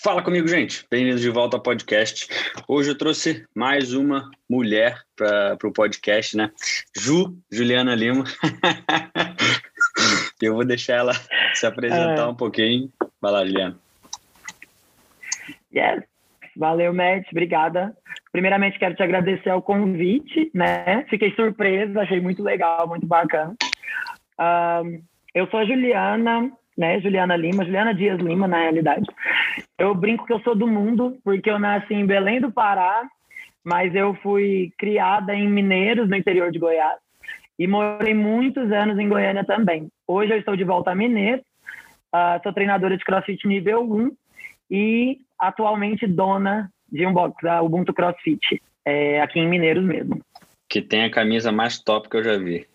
Fala comigo, gente. Bem-vindos de volta ao podcast. Hoje eu trouxe mais uma mulher para o podcast, né? Juliana Lima. Eu vou deixar ela se apresentar um pouquinho. Vai lá, Juliana. Yes. Valeu, Matt. Obrigada. Primeiramente, quero te agradecer ao convite, né? Fiquei surpresa, achei muito legal, muito bacana. Eu sou a Juliana, né? Juliana Lima, Juliana Dias Lima, na realidade. Eu brinco que eu sou do mundo, porque eu nasci em Belém do Pará, mas eu fui criada em Mineiros, no interior de Goiás, e morei muitos anos em Goiânia também. Hoje eu estou de volta a Mineiros, sou treinadora de CrossFit nível 1 e atualmente dona de um box, a Ubuntu CrossFit, aqui em Mineiros mesmo. Que tem a camisa mais top que eu já vi.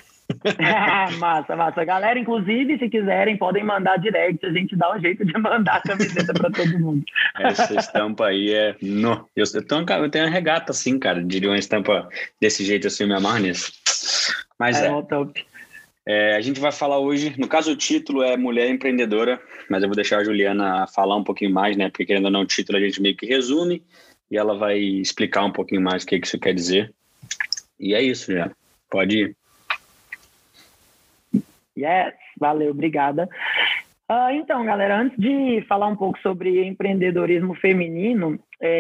Massa. Galera, inclusive, se quiserem, podem mandar direct. A gente dá um jeito de mandar a camiseta para todo mundo. Essa estampa aí é... Eu tenho uma regata assim, cara. Diria uma estampa desse jeito assim, eu me amarro nisso. Mas top. A gente vai falar hoje... No caso, o título é Mulher Empreendedora, mas eu vou deixar a Juliana falar um pouquinho mais, né? Porque querendo ou não, o título a gente meio que resume e ela vai explicar um pouquinho mais o que isso quer dizer. E é isso, já. Pode ir. Yes, valeu, obrigada. Então, galera, antes de falar um pouco sobre empreendedorismo feminino,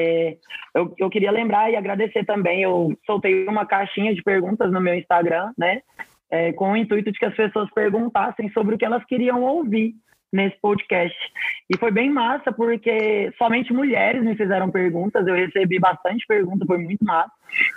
eu queria lembrar e agradecer também. Eu soltei uma caixinha de perguntas no meu Instagram, né? Com o intuito de que as pessoas perguntassem sobre o que elas queriam ouvir nesse podcast. E foi bem massa, porque somente mulheres me fizeram perguntas. Eu recebi bastante perguntas, foi muito massa.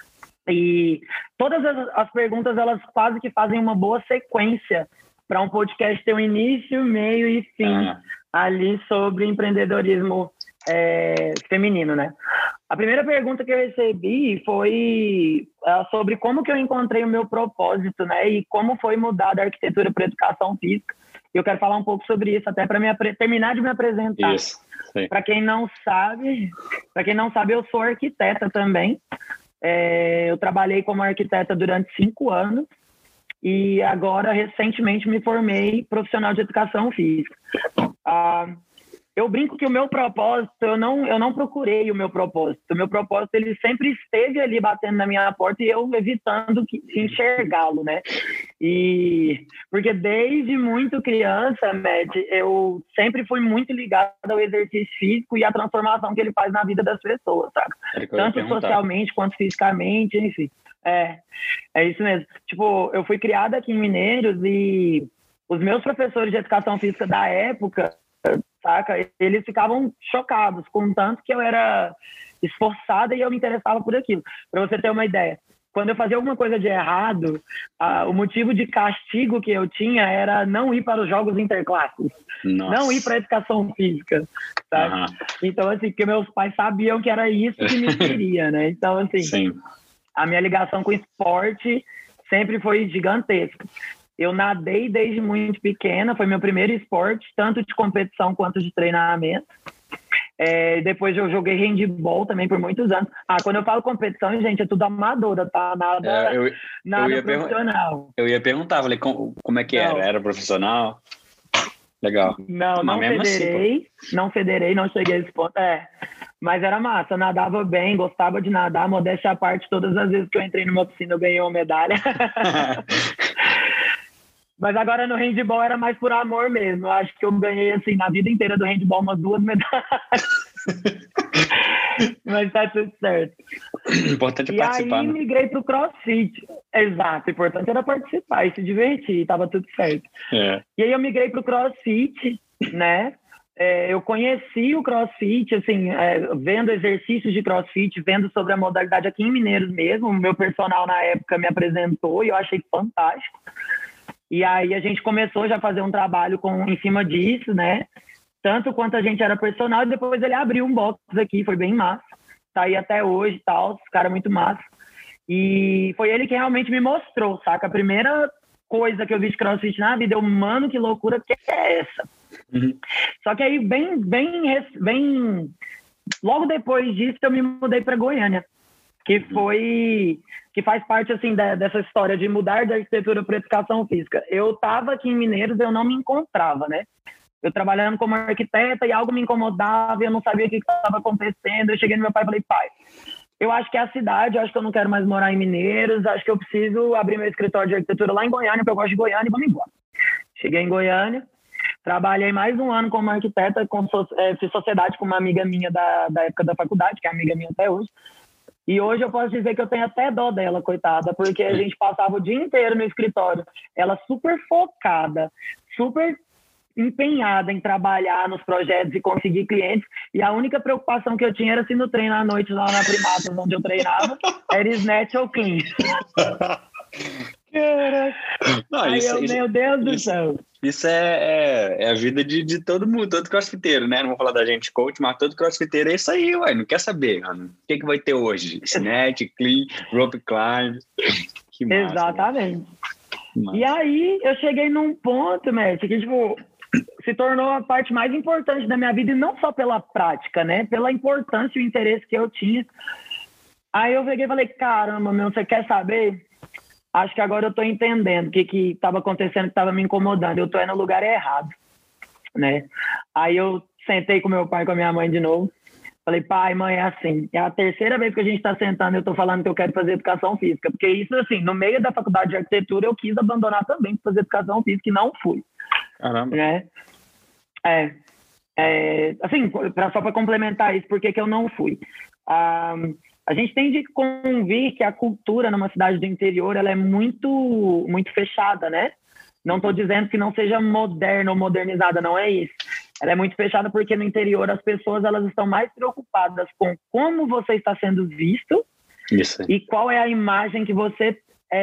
E todas as perguntas, elas quase que fazem uma boa sequência para um podcast ter um início, meio e fim ali sobre empreendedorismo feminino, né? A primeira pergunta que eu recebi foi sobre como que eu encontrei o meu propósito, né? E como foi mudar da arquitetura para educação física. E eu quero falar um pouco sobre isso, até para terminar de me apresentar. Isso. Para quem não sabe, eu sou arquiteta também. Eu trabalhei como arquiteta durante 5 anos e agora, recentemente, me formei profissional de educação física. Eu brinco que o meu propósito, eu não procurei o meu propósito. O meu propósito, ele sempre esteve ali batendo na minha porta e eu evitando enxergá-lo, né? Porque desde muito criança, Matt, eu sempre fui muito ligado ao exercício físico e à transformação que ele faz na vida das pessoas, sabe? Tanto socialmente quanto fisicamente, enfim. É isso mesmo. Tipo, eu fui criada aqui em Mineiros e os meus professores de educação física da época, saca? Eles ficavam chocados com o tanto que eu era esforçada e eu me interessava por aquilo. Para você ter uma ideia, quando eu fazia alguma coisa de errado, o motivo de castigo que eu tinha era não ir para os jogos interclasses. Nossa. Não ir para a educação física, sabe? Então, assim, porque meus pais sabiam que era isso que me queria, né? Então, assim, Sim. A minha ligação com o esporte sempre foi gigantesca. Eu nadei desde muito pequena, foi meu primeiro esporte, tanto de competição quanto de treinamento. Depois eu joguei handball também por muitos anos. Quando eu falo competição, gente, é tudo amadora, tá? Nada profissional. Eu ia perguntar, falei, como é que era? Era profissional? Legal. Não federei, não cheguei a esse ponto. Mas era massa, eu nadava bem, gostava de nadar, modéstia à parte, todas as vezes que eu entrei numa piscina eu ganhei uma medalha. Mas agora no handball era mais por amor mesmo. Eu acho que eu ganhei, assim, na vida inteira do handball umas 2 medalhas. Mas tá tudo certo. Importante participar, aí, né? migrei pro CrossFit. Exato, o importante era participar e se divertir, tava tudo certo. E aí eu migrei pro CrossFit, né? Eu conheci o CrossFit, assim, vendo exercícios de CrossFit, vendo sobre a modalidade aqui em Mineiros mesmo. O meu personal na época me apresentou e eu achei fantástico. E aí a gente começou já a fazer um trabalho em cima disso, né? Tanto quanto a gente era personal, e depois ele abriu um box aqui, foi bem massa. Tá aí até hoje e tal, esse cara é muito massa. E foi ele que realmente me mostrou, saca? A primeira coisa que eu vi de CrossFit na vida, mano, que loucura que é essa? Só que aí, bem logo depois disso, eu me mudei para Goiânia, que faz parte, assim, dessa história de mudar da arquitetura para educação física. Eu estava aqui em Mineiros, eu não me encontrava, né? eu trabalhando como arquiteta e algo me incomodava e eu não sabia o que estava acontecendo. Eu cheguei no meu pai e falei, pai, eu acho que é a cidade, eu acho que eu não quero mais morar em Mineiros, acho que eu preciso abrir meu escritório de arquitetura lá em Goiânia, porque eu gosto de Goiânia e vamos embora. Cheguei em Goiânia, trabalhei mais um ano como arquiteta, fiz sociedade com uma amiga minha da época da faculdade, que é amiga minha até hoje. E hoje eu posso dizer que eu tenho até dó dela, coitada, porque a gente passava o dia inteiro no escritório. Ela super focada, super empenhada em trabalhar nos projetos e conseguir clientes. E a única preocupação que eu tinha era se no treino à noite lá na Primatas, onde eu treinava, era snatch ou clean. Não, aí meu Deus do céu. Isso é a vida de todo mundo, todo crossfiteiro, né? Não vou falar da gente coach, mas todo crossfiteiro é isso aí, ué. Não quer saber, mano. O que vai ter hoje? Snatch, clean, rope climb. Que massa. Exatamente. E aí eu cheguei num ponto, Matt, que tipo, se tornou a parte mais importante da minha vida, e não só pela prática, né? Pela importância e o interesse que eu tinha. Aí eu peguei e falei, caramba, meu, você quer saber? Acho que agora eu tô entendendo o que estava acontecendo, que estava me incomodando. Eu tô no lugar errado, né? Aí eu sentei com meu pai e com a minha mãe de novo. Falei, pai, mãe, é assim. É a terceira vez que a gente está sentando e eu tô falando que eu quero fazer educação física. Porque isso, assim, no meio da faculdade de arquitetura, eu quis abandonar também para fazer educação física e não fui. Caramba. Né? Assim, só para complementar isso, por que eu não fui? A gente tem de convir que a cultura numa cidade do interior ela é muito, muito fechada, né? Não estou dizendo que não seja moderna ou modernizada, não é isso. Ela é muito fechada porque no interior as pessoas elas estão mais preocupadas com como você está sendo visto e qual é a imagem que você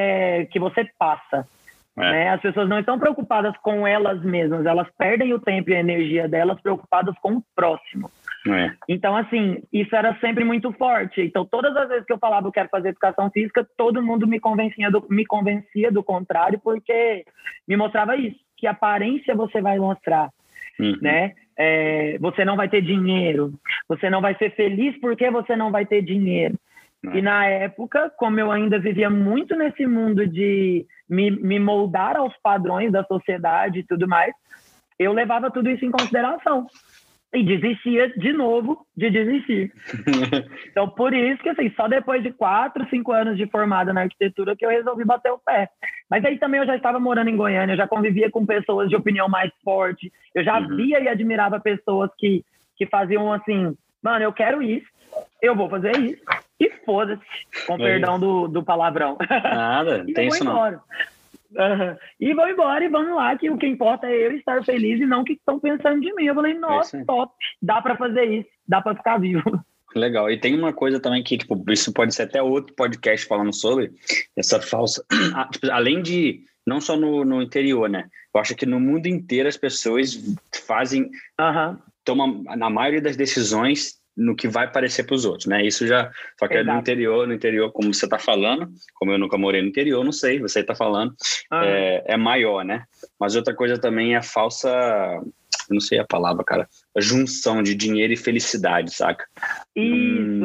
passa. Né? As pessoas não estão preocupadas com elas mesmas, elas perdem o tempo e a energia delas preocupadas com o próximo. Então, assim, isso era sempre muito forte. Então, todas as vezes que eu falava eu quero fazer educação física, todo mundo me convencia do contrário, porque me mostrava isso, que aparência você vai mostrar, né? Você não vai ter dinheiro, você não vai ser feliz porque você não vai ter dinheiro. E na época, como eu ainda vivia muito nesse mundo de me moldar aos padrões da sociedade e tudo mais, eu levava tudo isso em consideração. E desistia de novo de desistir. Então, por isso que, assim, só depois de 4, 5 anos de formada na arquitetura que eu resolvi bater o pé. Mas aí também eu já estava morando em Goiânia, eu já convivia com pessoas de opinião mais forte, eu já via e admirava pessoas que faziam assim, mano, eu quero isso, eu vou fazer isso, e foda-se, com perdão do palavrão. Nada, e tem eu vou isso embora. não. E vou embora e vamos lá, que o que importa é eu estar feliz e não o que estão pensando de mim. Eu falei, nossa, top, dá para fazer isso, dá para ficar vivo. Legal, e tem uma coisa também que, tipo, isso pode ser até outro podcast falando sobre essa falsa, tipo, além de, não só no interior, né, eu acho que no mundo inteiro as pessoas fazem, tomam, na maioria das decisões, no que vai parecer para os outros, né? Isso já, só que no interior, como você está falando, como eu nunca morei no interior, não sei, você está falando, é maior, né? Mas outra coisa também é a falsa, eu não sei a palavra, cara, a junção de dinheiro e felicidade, saca? Isso,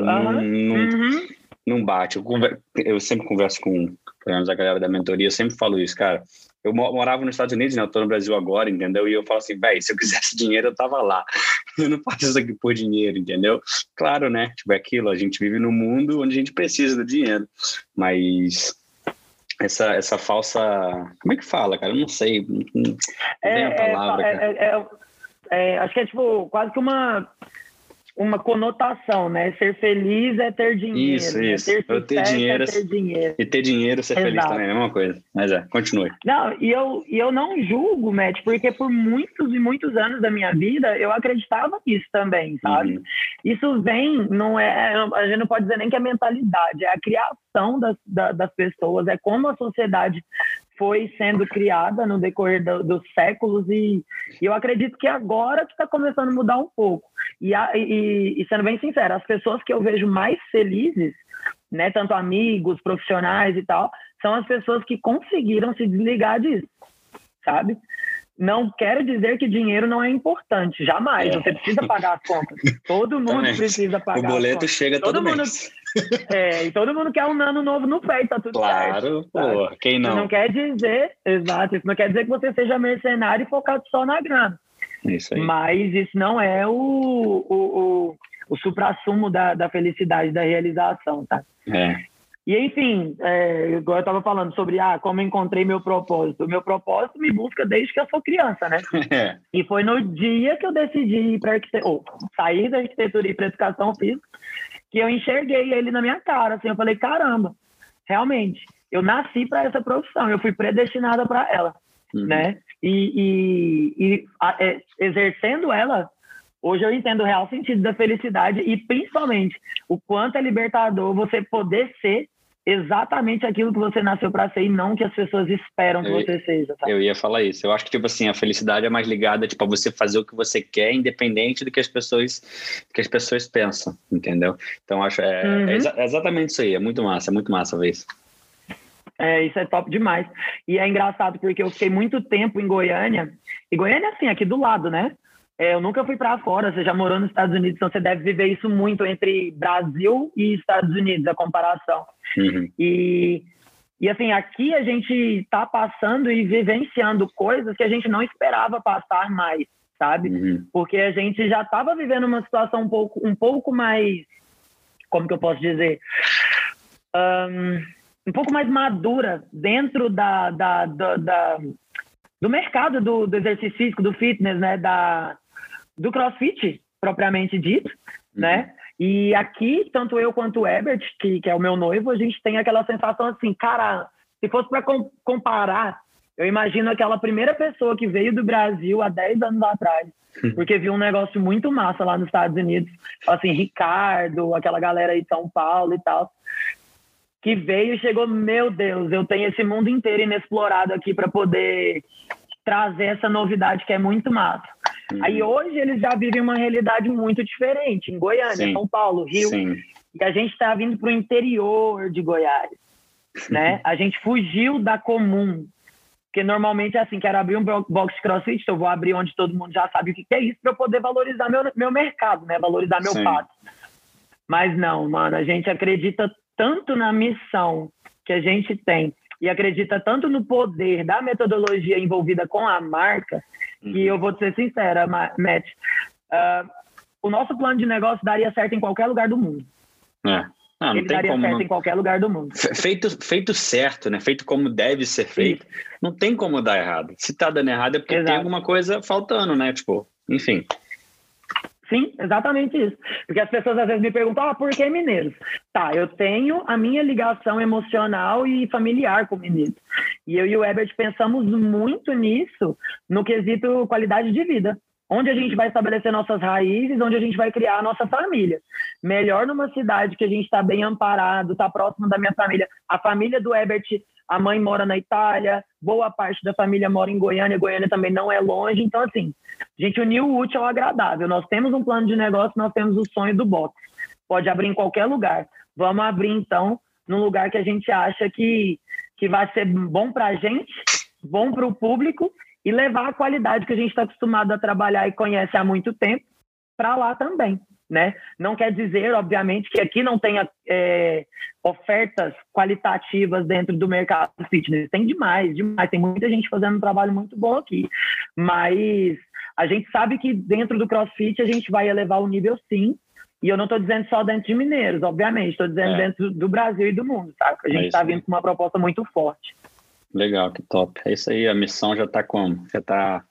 não bate. Eu sempre converso com, pelo menos a galera da mentoria, eu sempre falo isso, cara. Eu morava nos Estados Unidos, né? Eu tô no Brasil agora, entendeu? E eu falo assim, velho, se eu quisesse dinheiro, eu tava lá. Eu não faço isso aqui por dinheiro, entendeu? Claro, né? Tipo, é aquilo, a gente vive num mundo onde a gente precisa do dinheiro. Mas essa falsa... Como é que fala, cara? Eu não sei. Não tem a palavra, cara. Acho que é tipo quase que uma conotação, né? Ser feliz é ter dinheiro. Isso. Né? Ter sucesso é ter dinheiro. E ter dinheiro, ser feliz também, é a mesma coisa. Mas continue. Não, e eu não julgo, Matt, porque por muitos e muitos anos da minha vida, eu acreditava nisso também, sabe? Isso vem, a gente não pode dizer nem que é mentalidade, é a criação das pessoas, é como a sociedade foi sendo criada no decorrer dos séculos e eu acredito que agora que está começando a mudar um pouco. E sendo bem sincero, as pessoas que eu vejo mais felizes, né, tanto amigos, profissionais e tal, são as pessoas que conseguiram se desligar disso, sabe? Não quero dizer que dinheiro não é importante, jamais. Você precisa pagar as contas. Todo mundo precisa pagar. O boleto chega todo mês. E todo mundo quer um ano novo no pé, tá tudo certo. Claro, quem não? Isso não quer dizer, exato, isso não quer dizer que você seja mercenário e focado só na grana. Isso aí. Mas isso não é o suprassumo da felicidade, da realização, tá? E, enfim, igual eu estava falando sobre como eu encontrei meu propósito. O meu propósito me busca desde que eu sou criança, né? E foi no dia que eu decidi ir para sair da arquitetura e ir para educação física que eu enxerguei ele na minha cara. Assim, eu falei, caramba, realmente, eu nasci para essa profissão, eu fui predestinada para ela, né? E exercendo ela, hoje eu entendo o real sentido da felicidade e, principalmente, o quanto é libertador você poder ser exatamente aquilo que você nasceu para ser e não que as pessoas esperam que você seja. Tá? Eu ia falar isso. Eu acho que, tipo assim, a felicidade é mais ligada, tipo, a você fazer o que você quer, independente do que as pessoas pensam, entendeu? Então, acho é exatamente isso aí. É muito massa ver isso. Isso é top demais. E é engraçado porque eu fiquei muito tempo em Goiânia, e Goiânia, assim, aqui do lado, né? Eu nunca fui para fora, você já morou nos Estados Unidos, então você deve viver isso muito entre Brasil e Estados Unidos, a comparação. E assim, aqui a gente está passando e vivenciando coisas que a gente não esperava passar mais, sabe? Porque a gente já estava vivendo uma situação um pouco mais, como que eu posso dizer? Um pouco mais madura dentro do mercado do exercício físico, do fitness, né? Do CrossFit, propriamente dito, né? E aqui, tanto eu quanto o Herbert, que é o meu noivo, a gente tem aquela sensação assim, cara, se fosse para comparar, eu imagino aquela primeira pessoa que veio do Brasil há 10 anos atrás, porque viu um negócio muito massa lá nos Estados Unidos, assim, Ricardo, aquela galera aí de São Paulo e tal, que veio e chegou, meu Deus, eu tenho esse mundo inteiro inexplorado aqui para poder trazer essa novidade que é muito massa. Aí hoje eles já vivem uma realidade muito diferente, em Goiânia, São Paulo, Rio, e a gente está vindo para o interior de Goiás, né? A gente fugiu da comum, porque normalmente é assim, quero abrir um box de CrossFit, então eu vou abrir onde todo mundo já sabe o que é isso, para eu poder valorizar meu mercado, né? Valorizar meu passo. Mas não, mano, a gente acredita tanto na missão que a gente tem e acredita tanto no poder da metodologia envolvida com a marca, que eu vou te ser sincera, Matt, o nosso plano de negócio daria certo em qualquer lugar do mundo. Não ele daria certo em qualquer lugar do mundo. Feito certo, né? Feito como deve ser feito, não tem como dar errado. Se tá dando errado é porque tem alguma coisa faltando, né? Tipo, enfim... Sim, exatamente isso. Porque as pessoas às vezes me perguntam, por que Mineiros? Tá, eu tenho a minha ligação emocional e familiar com Mineiros. E eu e o Herbert pensamos muito nisso no quesito qualidade de vida. Onde a gente vai estabelecer nossas raízes, onde a gente vai criar a nossa família. Melhor numa cidade que a gente está bem amparado, está próximo da minha família. A família do Herbert, a mãe mora na Itália, boa parte da família mora em Goiânia, Goiânia também não é longe. Então, assim, a gente uniu o útil ao agradável. Nós temos um plano de negócio, nós temos o sonho do box. Pode abrir em qualquer lugar. Vamos abrir, então, num lugar que a gente acha que vai ser bom para a gente, bom para o público, e levar a qualidade que a gente está acostumado a trabalhar e conhece há muito tempo para lá também, né? Não quer dizer, obviamente, que aqui não tenha ofertas qualitativas dentro do mercado fitness. Tem demais. Tem muita gente fazendo um trabalho muito bom aqui. Mas a gente sabe que dentro do CrossFit a gente vai elevar o nível, sim. E eu não estou dizendo só dentro de Mineiros, obviamente. Estou dizendo dentro do Brasil e do mundo, sabe? A gente está vindo com uma proposta muito forte. Legal, que top. É isso aí, a missão já tá como? Já tá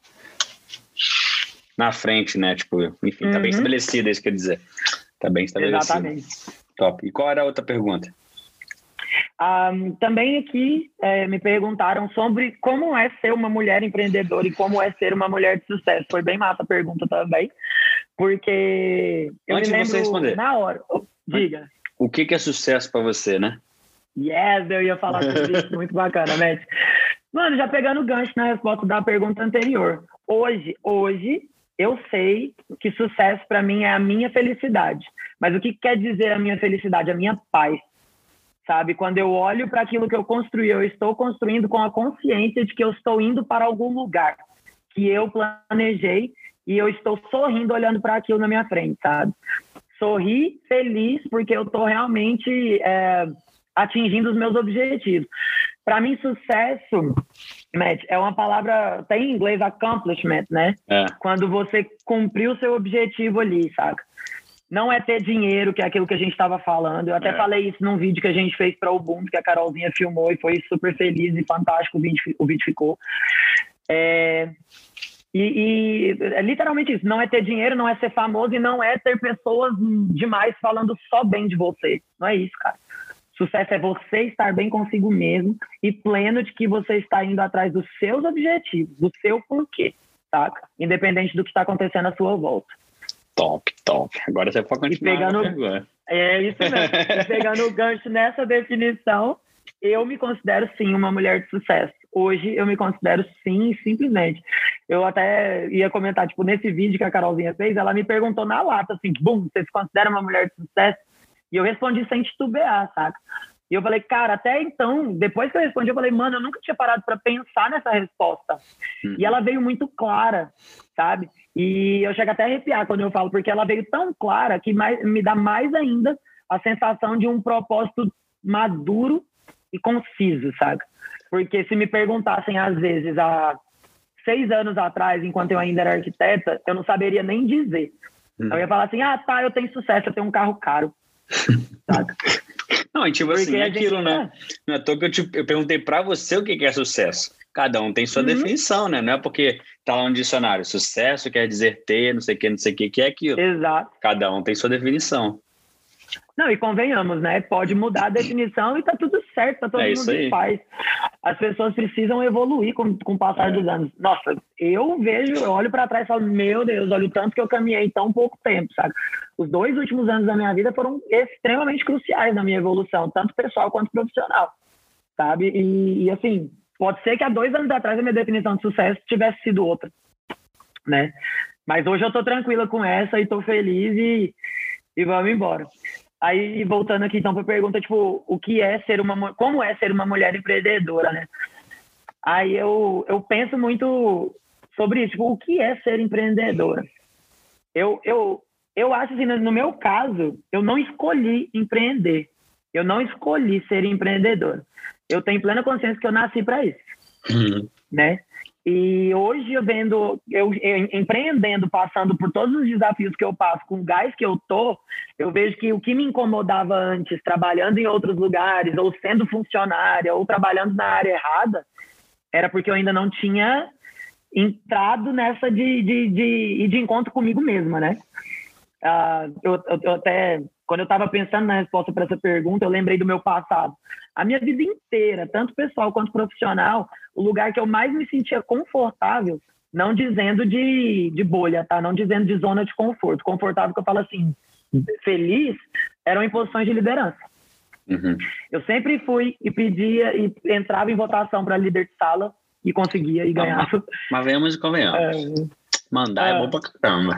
na frente, né? Tipo, enfim, tá bem estabelecida, isso quer dizer. Tá bem estabelecida. Exatamente. Top. E qual era a outra pergunta? Também aqui me perguntaram sobre como é ser uma mulher empreendedora e como é ser uma mulher de sucesso. Foi bem massa a pergunta também, porque eu Antes me lembro de você responder, na hora. Diga. O que é sucesso para você, né? Yes, eu ia falar sobre isso. Muito bacana, Matt. Mano, já pegando o gancho na resposta da pergunta anterior. Hoje eu sei que sucesso para mim é a minha felicidade. Mas o que quer dizer a minha felicidade? A minha paz. Sabe? Quando eu olho para aquilo que eu construí, eu estou construindo com a consciência de que eu estou indo para algum lugar que eu planejei e eu estou sorrindo olhando para aquilo na minha frente, sabe? Sorri feliz porque eu estou realmente atingindo os meus objetivos. Para mim, sucesso Matt, é uma palavra, tem em inglês accomplishment, né? Quando você cumpriu o seu objetivo ali, saca? Não é ter dinheiro, que é aquilo que a gente estava falando. Eu até falei isso num vídeo que a gente fez para o Ubuntu, que a Carolzinha filmou e foi super feliz e fantástico o vídeo ficou. É literalmente isso. Não é ter dinheiro, não é ser famoso e não é ter pessoas demais falando só bem de você. Não é isso, cara. Sucesso é você estar bem consigo mesmo e pleno de que você está indo atrás dos seus objetivos, do seu porquê, saca? Independente do que está acontecendo à sua volta. Top. Agora você pode continuar. É isso mesmo. E pegando o gancho nessa definição, eu me considero, sim, uma mulher de sucesso. Hoje, eu me considero, sim, simplesmente. Eu até ia comentar, tipo, nesse vídeo que a Carolzinha fez, ela me perguntou na lata, assim, bum, você se considera uma mulher de sucesso? E eu respondi sem titubear, saca? E eu falei, cara, até então, depois que eu respondi, eu falei, mano, eu nunca tinha parado para pensar nessa resposta. E ela veio muito clara, sabe? E eu chego até a arrepiar quando eu falo, porque ela veio tão clara que me dá mais ainda a sensação de um propósito maduro e conciso, sabe? Porque se me perguntassem, às vezes, há 6 anos atrás, enquanto eu ainda era arquiteta, eu não saberia nem dizer. Eu ia falar assim, eu tenho sucesso, eu tenho um carro caro, sabe? Não, e tipo assim, é aquilo, né? Não é à toa que eu perguntei pra você o que é sucesso. Cada um tem sua definição, né? Não é porque tá lá no dicionário, sucesso quer dizer ter, não sei o que é aquilo. Exato. Cada um tem sua definição. Não, e convenhamos, né? Pode mudar a definição e tá tudo certo, tá todo mundo em paz. As pessoas precisam evoluir com o passar dos anos. Nossa, eu olho para trás e falo, meu Deus, olha o tanto que eu caminhei em tão pouco tempo, sabe? Os 2 últimos anos da minha vida foram extremamente cruciais na minha evolução, tanto pessoal quanto profissional, sabe? E assim, pode ser que há 2 anos atrás a minha definição de sucesso tivesse sido outra, né? Mas hoje eu tô tranquila com essa e tô feliz e vamos embora. Aí, voltando aqui, então, para a pergunta, tipo, como é ser uma mulher empreendedora, né? Aí eu penso muito sobre isso, tipo, o que é ser empreendedora? Eu acho assim, no meu caso, eu não escolhi empreender. Eu não escolhi ser empreendedora. Eu tenho plena consciência que eu nasci para isso, né? E hoje eu empreendendo, passando por todos os desafios que eu passo, com o gás que eu vejo que o que me incomodava antes, trabalhando em outros lugares, ou sendo funcionária, ou trabalhando na área errada, era porque eu ainda não tinha entrado nessa de encontro comigo mesma, né? Eu até, quando eu estava pensando na resposta para essa pergunta, eu lembrei do meu passado. A minha vida inteira, tanto pessoal quanto profissional, o lugar que eu mais me sentia confortável, não dizendo de bolha, tá? Não dizendo de zona de conforto. Confortável que eu falo assim, feliz, eram em posições de liderança. Eu sempre fui e pedia e entrava em votação para líder de sala e conseguia e ganhava. Mas venhamos e convenhamos. Mandar é bom pra caramba.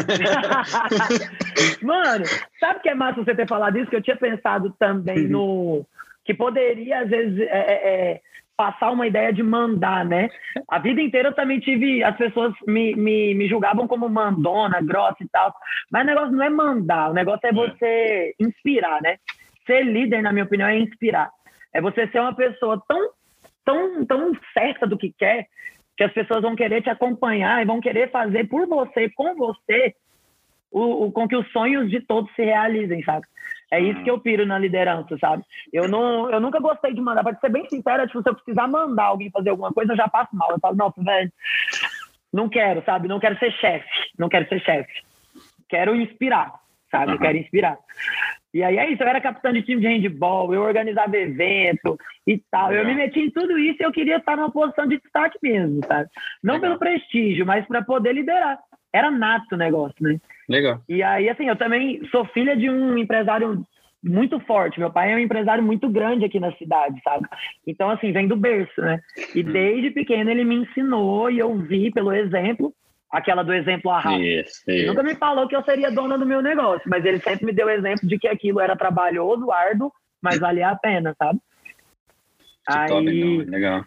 Mano, sabe o que é massa você ter falado isso? Que eu tinha pensado também no... que poderia, às vezes, passar uma ideia de mandar, né? A vida inteira eu também tive... As pessoas me julgavam como mandona, grossa e tal. Mas o negócio não é mandar. O negócio é você inspirar, né? Ser líder, na minha opinião, é inspirar. É você ser uma pessoa tão certa do que quer, que as pessoas vão querer te acompanhar e vão querer fazer por você, com você, com que os sonhos de todos se realizem, sabe? É isso que eu piro na liderança, sabe? Eu nunca gostei de mandar. Pra ser bem sincera, tipo, se eu precisar mandar alguém fazer alguma coisa, eu já passo mal. Eu falo, nossa, velho, não quero, sabe? Não quero ser chefe. Quero inspirar, sabe? Eu quero inspirar. E aí é isso, eu era capitão de time de handball, eu organizava evento e tal. Eu me meti em tudo isso e eu queria estar numa posição de destaque mesmo, sabe? Não pelo prestígio, mas para poder liderar. Era nato o negócio, né? Legal. E aí, assim, eu também sou filha de um empresário muito forte. Meu pai é um empresário muito grande aqui na cidade, sabe? Então, assim, vem do berço, né? E desde pequeno ele me ensinou e eu vi pelo exemplo, aquela do exemplo arrasta. Ele nunca me falou que eu seria dona do meu negócio, mas ele sempre me deu o exemplo de que aquilo era trabalhoso, árduo, mas valia a pena, sabe? Aí, legal.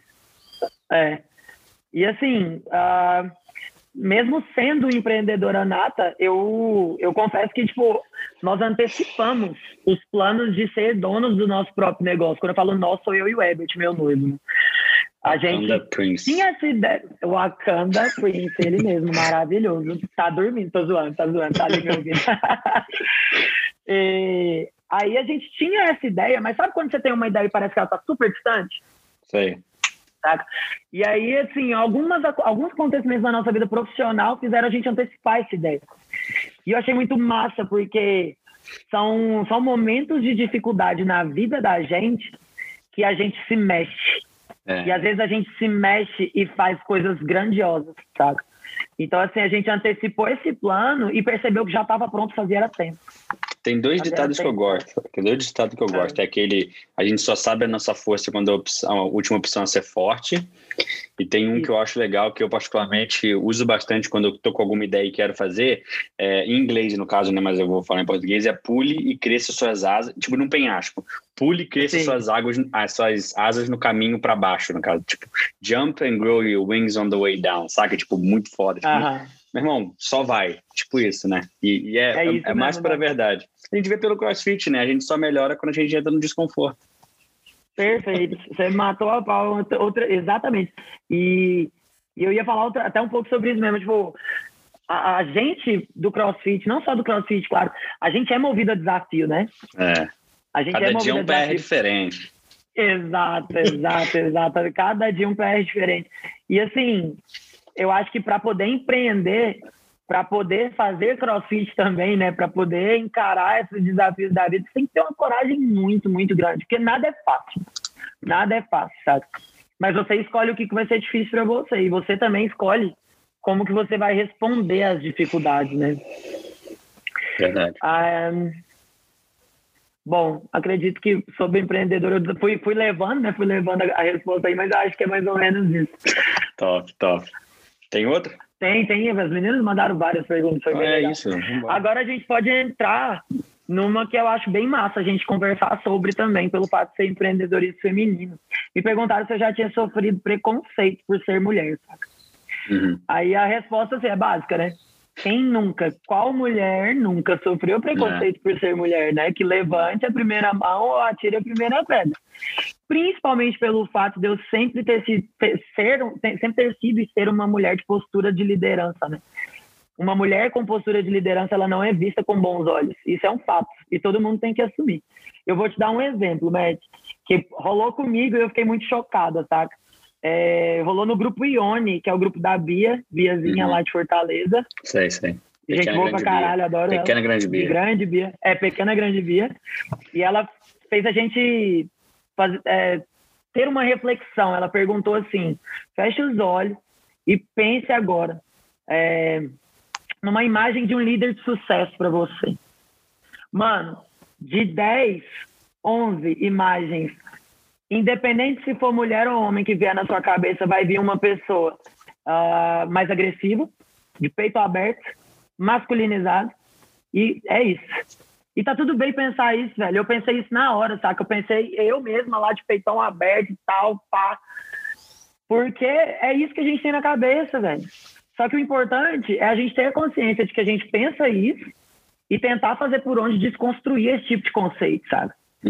E assim, mesmo sendo empreendedora nata, eu confesso que, tipo, nós antecipamos os planos de ser donos do nosso próprio negócio. Quando eu falo nós, sou eu e o Ebert, meu noivo, né? A gente Prince. tinha essa ideia. O Wakanda Prince, ele mesmo, maravilhoso. Tá dormindo, tô zoando, tá ali me ouvindo. E aí a gente tinha essa ideia, mas sabe quando você tem uma ideia e parece que ela tá super distante? Sei. Saca? E aí, assim, alguns acontecimentos na nossa vida profissional fizeram a gente antecipar essa ideia. E eu achei muito massa, porque são momentos de dificuldade na vida da gente que a gente se mexe. E às vezes a gente se mexe e faz coisas grandiosas, sabe? Então, assim, a gente antecipou esse plano e percebeu que já estava pronto, fazia tempo. Tem dois ditados que eu gosto. É aquele, a gente só sabe a nossa força quando a última opção é ser forte. E tem um que eu acho legal, que eu particularmente uso bastante quando eu tô com alguma ideia e quero fazer, em inglês no caso, né, mas eu vou falar em português, é pule e cresça suas asas, tipo num penhasco. Pule e cresça suas asas no caminho para baixo, no caso. Tipo, jump and grow your wings on the way down, saca? Tipo, muito foda. Tipo, meu irmão, só vai. Tipo isso, né? E é mais para a verdade. A gente vê pelo CrossFit, né? A gente só melhora quando a gente entra no desconforto. Perfeito. Você matou a pau. Exatamente. E eu ia falar até um pouco sobre isso mesmo. Tipo, a gente do CrossFit, não só do CrossFit, claro, a gente é movido a desafio, né? A gente cada dia um PR diferente. Exato. Cada dia um PR diferente. E assim, eu acho que para poder empreender, para poder fazer CrossFit também, né? Para poder encarar esses desafios da vida, você tem que ter uma coragem muito, muito grande, porque nada é fácil. Nada é fácil, sabe? Mas você escolhe o que vai ser difícil para você, e você também escolhe como que você vai responder às dificuldades, né? Verdade. Bom, acredito que sobre empreendedor eu fui levando a resposta aí, mas acho que é mais ou menos isso. Top. Tem outra? Tem. As meninas mandaram várias perguntas. Foi bem legal. Isso. Agora a gente pode entrar numa que eu acho bem massa a gente conversar sobre também, pelo fato de ser empreendedorismo feminino. Me perguntaram se eu já tinha sofrido preconceito por ser mulher, saca? Aí a resposta assim, é básica, né? Quem nunca? Qual mulher nunca sofreu preconceito por ser mulher, né? Que levante a primeira mão ou atire a primeira pedra. Principalmente pelo fato de eu sempre ter sido e ser uma mulher de postura de liderança, né? Uma mulher com postura de liderança, ela não é vista com bons olhos. Isso é um fato. E todo mundo tem que assumir. Eu vou te dar um exemplo, Matt, que rolou comigo e eu fiquei muito chocada, tá? Rolou no grupo Ione, que é o grupo da Biazinha lá de Fortaleza. Sei. Gente boa pra caralho, adoro ela. Pequena Grande Bia. Grande Bia. Pequena Grande Bia. E ela fez a gente ter uma reflexão. Ela perguntou assim, feche os olhos e pense agora numa imagem de um líder de sucesso para você. Mano, de 10, 11 imagens, independente se for mulher ou homem que vier na sua cabeça, vai vir uma pessoa mais agressiva, de peito aberto, masculinizado, e é isso. E tá tudo bem pensar isso, velho. Eu pensei isso na hora, saca? Eu pensei eu mesma lá de peitão aberto e tal, pá. Porque é isso que a gente tem na cabeça, velho. Só que o importante é a gente ter a consciência de que a gente pensa isso e tentar fazer por onde desconstruir esse tipo de conceito, sabe?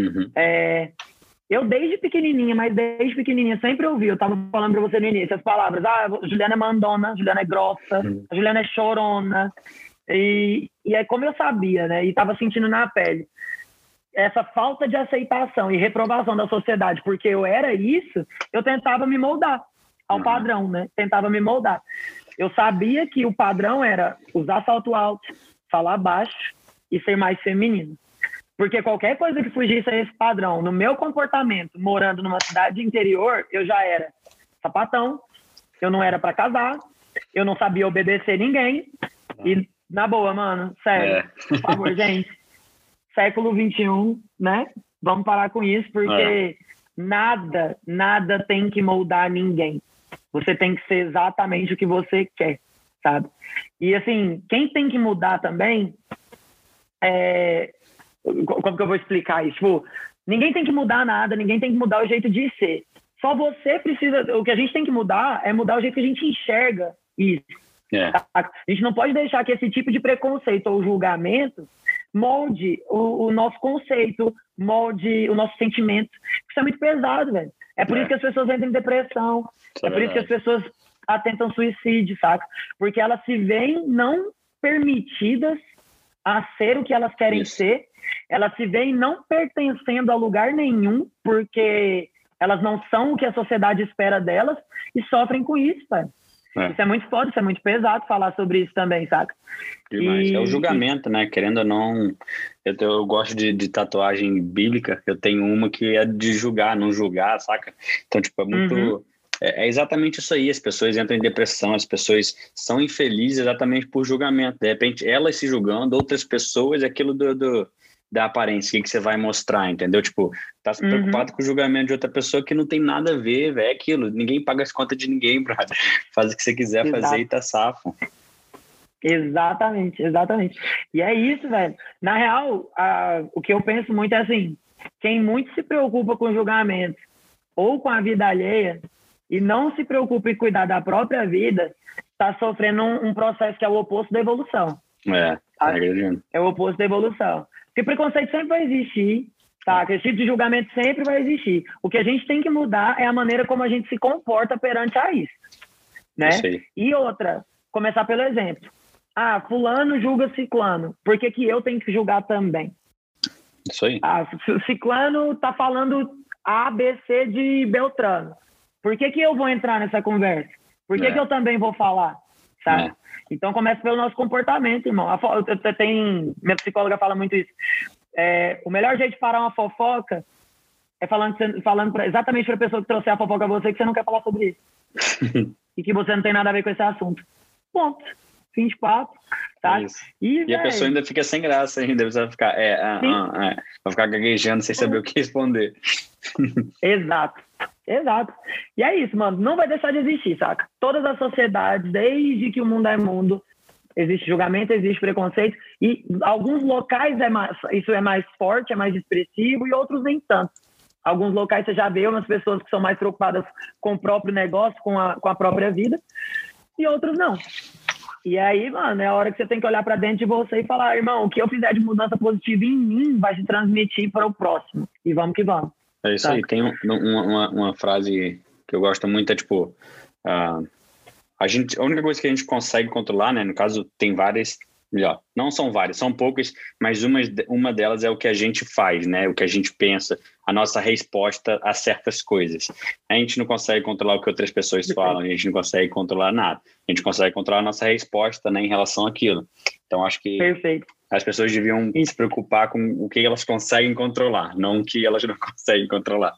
Eu desde pequenininha sempre ouvi, eu tava falando pra você no início, as palavras, Juliana é mandona, Juliana é grossa, a Juliana é chorona, e é como eu sabia, né, e tava sentindo na pele, essa falta de aceitação e reprovação da sociedade, porque eu era isso, eu tentava me moldar ao padrão, né, tentava me moldar. Eu sabia que o padrão era usar salto alto, falar baixo e ser mais feminino. Porque qualquer coisa que fugisse a esse padrão, no meu comportamento, morando numa cidade interior, eu já era sapatão, eu não era pra casar, eu não sabia obedecer ninguém. E, na boa, mano, sério, por favor, gente, século XXI, né? Vamos parar com isso, porque nada tem que moldar ninguém. Você tem que ser exatamente o que você quer, sabe? E, assim, quem tem que mudar também como que eu vou explicar isso? Tipo, ninguém tem que mudar nada, ninguém tem que mudar o jeito de ser. Só você precisa... O que a gente tem que mudar é mudar o jeito que a gente enxerga isso. A gente não pode deixar que esse tipo de preconceito ou julgamento molde o nosso conceito, molde o nosso sentimento. Isso é muito pesado, velho. É por isso que as pessoas entram em depressão. É por isso que as pessoas atentam suicídio, saca? Porque elas se veem não permitidas a ser o que elas querem ser. Elas se veem não pertencendo a lugar nenhum, porque elas não são o que a sociedade espera delas e sofrem com isso, velho. Isso é muito foda, isso é muito pesado falar sobre isso também, saca? Demais. É o julgamento, né? Querendo ou não, eu gosto de tatuagem bíblica, eu tenho uma que é de julgar, não julgar, saca? Então, tipo, é muito... É exatamente isso aí, as pessoas entram em depressão, as pessoas são infelizes exatamente por julgamento. De repente, elas se julgando, outras pessoas, aquilo da aparência, o que você vai mostrar, entendeu? Tipo, tá se preocupado com o julgamento de outra pessoa que não tem nada a ver, velho, é aquilo, ninguém paga as contas de ninguém, brother. Faz o que você quiser fazer e tá safo. Exatamente. E é isso, velho. Na real, o que eu penso muito é assim, quem muito se preocupa com o julgamento ou com a vida alheia e não se preocupa em cuidar da própria vida, tá sofrendo um processo que é o oposto da evolução. É o oposto da evolução. Porque preconceito sempre vai existir, tá? Esse tipo de julgamento sempre vai existir. O que a gente tem que mudar é a maneira como a gente se comporta perante a isso, né? E outra, começar pelo exemplo. Fulano julga ciclano. Por que eu tenho que julgar também? Isso aí. Ciclano tá falando A, B, C de Beltrano. Por que eu vou entrar nessa conversa? Por que eu também vou falar? Sabe? Então começa pelo nosso comportamento, irmão. Minha psicóloga fala muito isso. O melhor jeito de parar uma fofoca é falando exatamente para a pessoa que trouxe a fofoca a você que você não quer falar sobre isso. E que você não tem nada a ver com esse assunto. Ponto. Fim de papo. Tá? E a pessoa ainda fica sem graça ainda. Você vai ficar, vai ficar gaguejando sem saber o que responder. Exato. E é isso, mano. Não vai deixar de existir, saca? Todas as sociedades, desde que o mundo é mundo, existe julgamento, existe preconceito. E alguns locais isso é mais forte, é mais expressivo, e outros nem tanto. Alguns locais você já vê umas pessoas que são mais preocupadas com o próprio negócio, com a própria vida, e outros não. E aí, mano, é a hora que você tem que olhar pra dentro de você e falar, irmão, o que eu fizer de mudança positiva em mim vai se transmitir para o próximo. E vamos que vamos. É isso aí. Tem uma frase que eu gosto muito, é tipo, a única coisa que a gente consegue controlar, né, no caso tem várias, melhor, não são várias, são poucas, mas uma delas é o que a gente faz, né, o que a gente pensa, a nossa resposta a certas coisas. A gente não consegue controlar o que outras pessoas falam, a gente não consegue controlar nada. A gente consegue controlar a nossa resposta, né, em relação àquilo. Então, acho que as pessoas deviam se preocupar com o que elas conseguem controlar, não o que elas não conseguem controlar.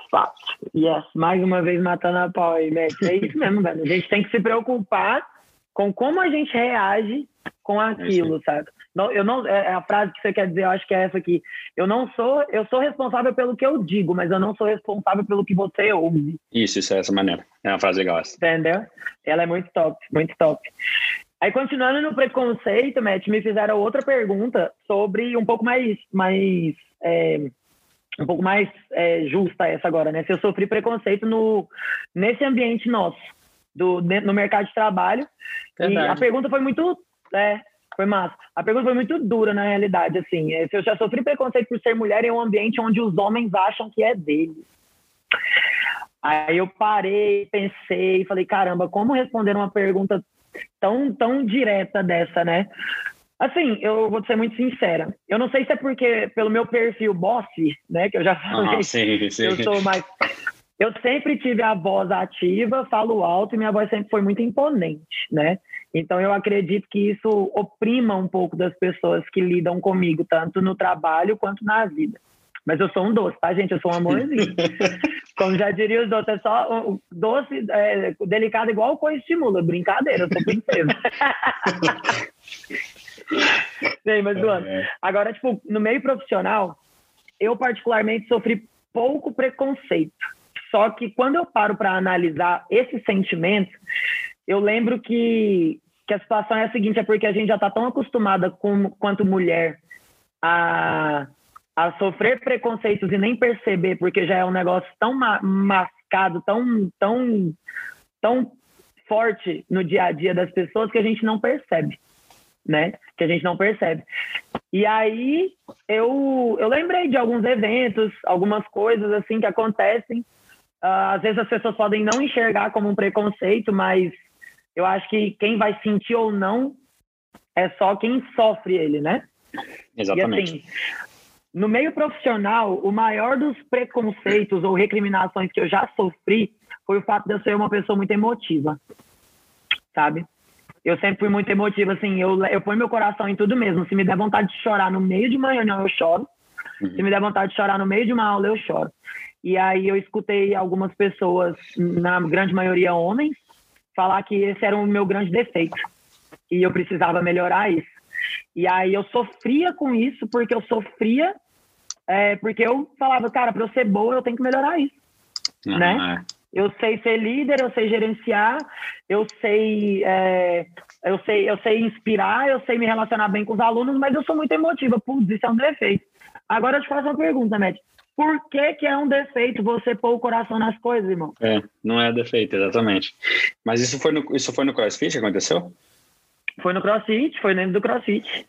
Mais uma vez matando a pau aí, Matt. É isso mesmo, velho. A gente tem que se preocupar com como a gente reage com aquilo, sabe? A frase que você quer dizer, eu acho que é essa aqui. Eu sou responsável pelo que eu digo, mas eu não sou responsável pelo que você ouve. Isso é essa maneira. É uma frase legal essa. Entendeu? Ela é muito top, muito top. Aí, continuando no preconceito, Matt, me fizeram outra pergunta sobre um pouco mais justa essa agora, né? Se eu sofri preconceito nesse ambiente nosso, no mercado de trabalho. Verdade. E a pergunta foi muito... foi massa. A pergunta foi muito dura, na realidade, assim. Se eu já sofri preconceito por ser mulher em um ambiente onde os homens acham que é deles. Aí eu parei, pensei, falei, caramba, como responder uma pergunta tão direta dessa, né? Assim, eu vou ser muito sincera. Eu não sei se é porque, pelo meu perfil boss, né, que eu já falei, sim. eu sou mais... Eu sempre tive a voz ativa, falo alto e minha voz sempre foi muito imponente, né? Então, eu acredito que isso oprima um pouco das pessoas que lidam comigo, tanto no trabalho quanto na vida. Mas eu sou um doce, tá, gente? Eu sou um amorzinho. Como já diria os doces, é só um doce, delicado igual o coisa estimula. Brincadeira, eu sou princesa. Sim, mas, Duane, agora, tipo, no meio profissional, eu particularmente sofri pouco preconceito. Só que quando eu paro para analisar esse sentimento, eu lembro que a situação é a seguinte, é porque a gente já está tão acostumada quanto mulher a sofrer preconceitos e nem perceber, porque já é um negócio tão mascado, tão forte no dia a dia das pessoas que a gente não percebe, né? Que a gente não percebe. E aí eu lembrei de alguns eventos, algumas coisas assim que acontecem às vezes as pessoas podem não enxergar como um preconceito, mas eu acho que quem vai sentir ou não é só quem sofre ele, né? Exatamente. E assim, no meio profissional, o maior dos preconceitos ou recriminações que eu já sofri foi o fato de eu ser uma pessoa muito emotiva, sabe? Eu sempre fui muito emotiva, assim, eu ponho meu coração em tudo mesmo. Se me der vontade de chorar no meio de uma reunião, eu choro. Se me der vontade de chorar no meio de uma aula, eu choro. E aí eu escutei algumas pessoas, na grande maioria homens, falar que esse era o meu grande defeito. E eu precisava melhorar isso. E aí eu sofria com isso, porque porque eu falava, cara, para eu ser boa, eu tenho que melhorar isso, né? Eu sei ser líder, eu sei gerenciar, eu sei inspirar, eu sei me relacionar bem com os alunos, mas eu sou muito emotiva. Putz, isso é um defeito. Agora eu te faço uma pergunta, Matt. Por que é um defeito você pôr o coração nas coisas, irmão? Não é defeito, exatamente. Mas isso foi no CrossFit que aconteceu? Foi no CrossFit, foi dentro do CrossFit.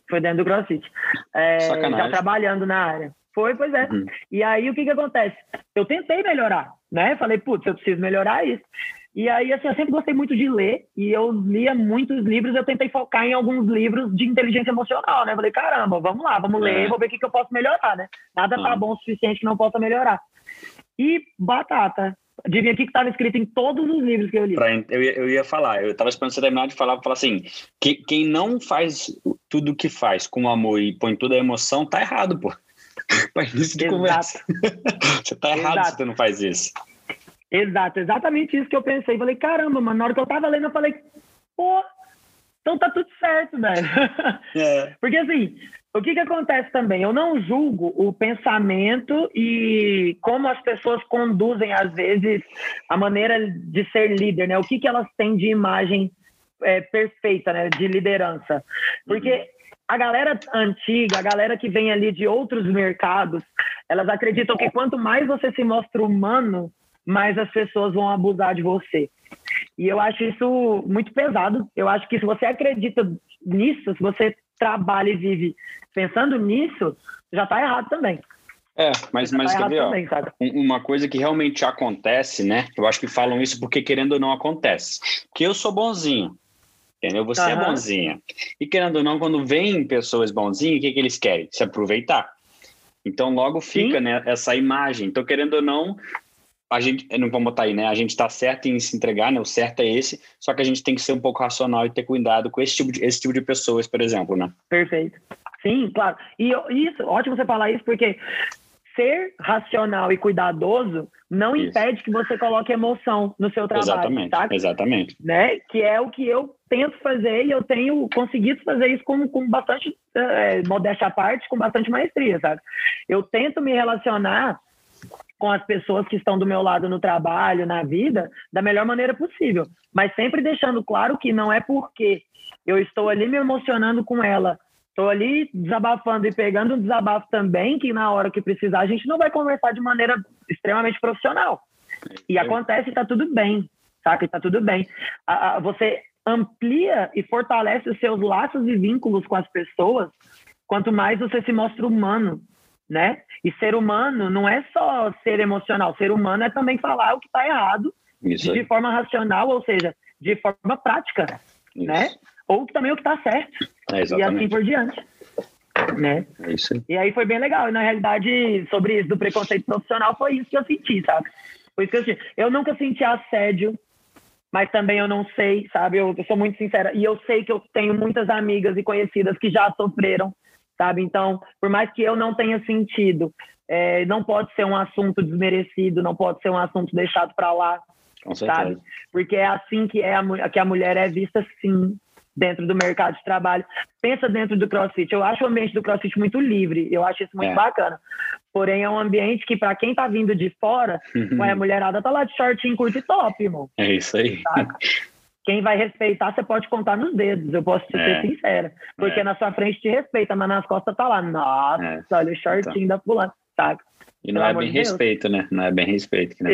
Já trabalhando na área. Pois é. E aí, o que acontece? Eu tentei melhorar, né? Falei, putz, eu preciso melhorar isso. E aí, assim, eu sempre gostei muito de ler, e eu lia muitos livros, eu tentei focar em alguns livros de inteligência emocional, né? Falei, caramba, vamos lá, vamos ler, vou ver o que eu posso melhorar, né? Nada tá bom o suficiente que não possa melhorar. E batata. Adivinha o que estava escrito em todos os livros que eu li? Eu ia falar, eu estava esperando você terminar de falar assim, quem não faz tudo o que faz com amor e põe toda a emoção, tá errado, pô. Para início de conversa. Você tá errado se você não faz isso. Exato, exatamente isso que eu pensei. Falei, caramba, mano, na hora que eu tava lendo, eu falei, pô, então tá tudo certo, velho. Porque assim, o que acontece também? Eu não julgo o pensamento e como as pessoas conduzem, às vezes, a maneira de ser líder, né? O que elas têm de imagem perfeita, né? De liderança. Porque a galera antiga, a galera que vem ali de outros mercados, elas acreditam que quanto mais você se mostra humano, mais as pessoas vão abusar de você. E eu acho isso muito pesado. Eu acho que se você acredita nisso, se você trabalha e vive pensando nisso, já tá errado também. Mas quer ver, também, uma coisa que realmente acontece, né? Eu acho que falam isso porque querendo ou não acontece. Que eu sou bonzinho. Entendeu? Você é bonzinha. E querendo ou não, quando vem pessoas bonzinhas, o que eles querem? Se aproveitar. Então, logo fica, né, essa imagem. Então, querendo ou não, a gente, não vamos botar aí, né? A gente está certo em se entregar, né? O certo é esse, só que a gente tem que ser um pouco racional e ter cuidado com esse tipo de pessoas, por exemplo, né? Perfeito. Sim, claro. E isso, ótimo você falar isso, porque ser racional e cuidadoso não impede que você coloque emoção no seu trabalho. Exatamente. Né? Que é o que eu tento fazer e eu tenho conseguido fazer isso com bastante modéstia à parte, com bastante maestria, sabe? Eu tento me relacionar com as pessoas que estão do meu lado no trabalho, na vida, da melhor maneira possível. Mas sempre deixando claro que não é porque eu estou ali me emocionando com ela, estou ali desabafando e pegando um desabafo também, que na hora que precisar a gente não vai conversar de maneira extremamente profissional. E acontece e tá tudo bem, saca? E tá tudo bem. Você amplia e fortalece os seus laços e vínculos com as pessoas, quanto mais você se mostra humano, né? E ser humano não é só ser emocional. Ser humano é também falar o que tá errado de forma racional, ou seja, de forma prática, né? Ou também o que tá certo. E assim por diante. Né? E aí foi bem legal. E na realidade, sobre isso do preconceito profissional, foi isso que eu senti, sabe? Foi isso que eu senti. Eu nunca senti assédio, mas também eu não sei, sabe? Eu sou muito sincera. E eu sei que eu tenho muitas amigas e conhecidas que já sofreram, sabe? Então, por mais que eu não tenha sentido, não pode ser um assunto desmerecido, não pode ser um assunto deixado para lá, sabe? Porque é assim que a mulher é vista, sim, dentro do mercado de trabalho. Pensa dentro do CrossFit. Eu acho o ambiente do CrossFit muito livre. Eu acho isso muito bacana. Porém, é um ambiente que, para quem tá vindo de fora, a mulherada tá lá de shortinho, curto e top, irmão. É isso aí. Sabe? Quem vai respeitar, você pode contar nos dedos. Eu posso te ser sincera. Porque na sua frente te respeita, mas nas costas tá lá. Nossa, olha o shortinho da fulana, sabe? E não é bem respeito, né? Não é bem respeito. Que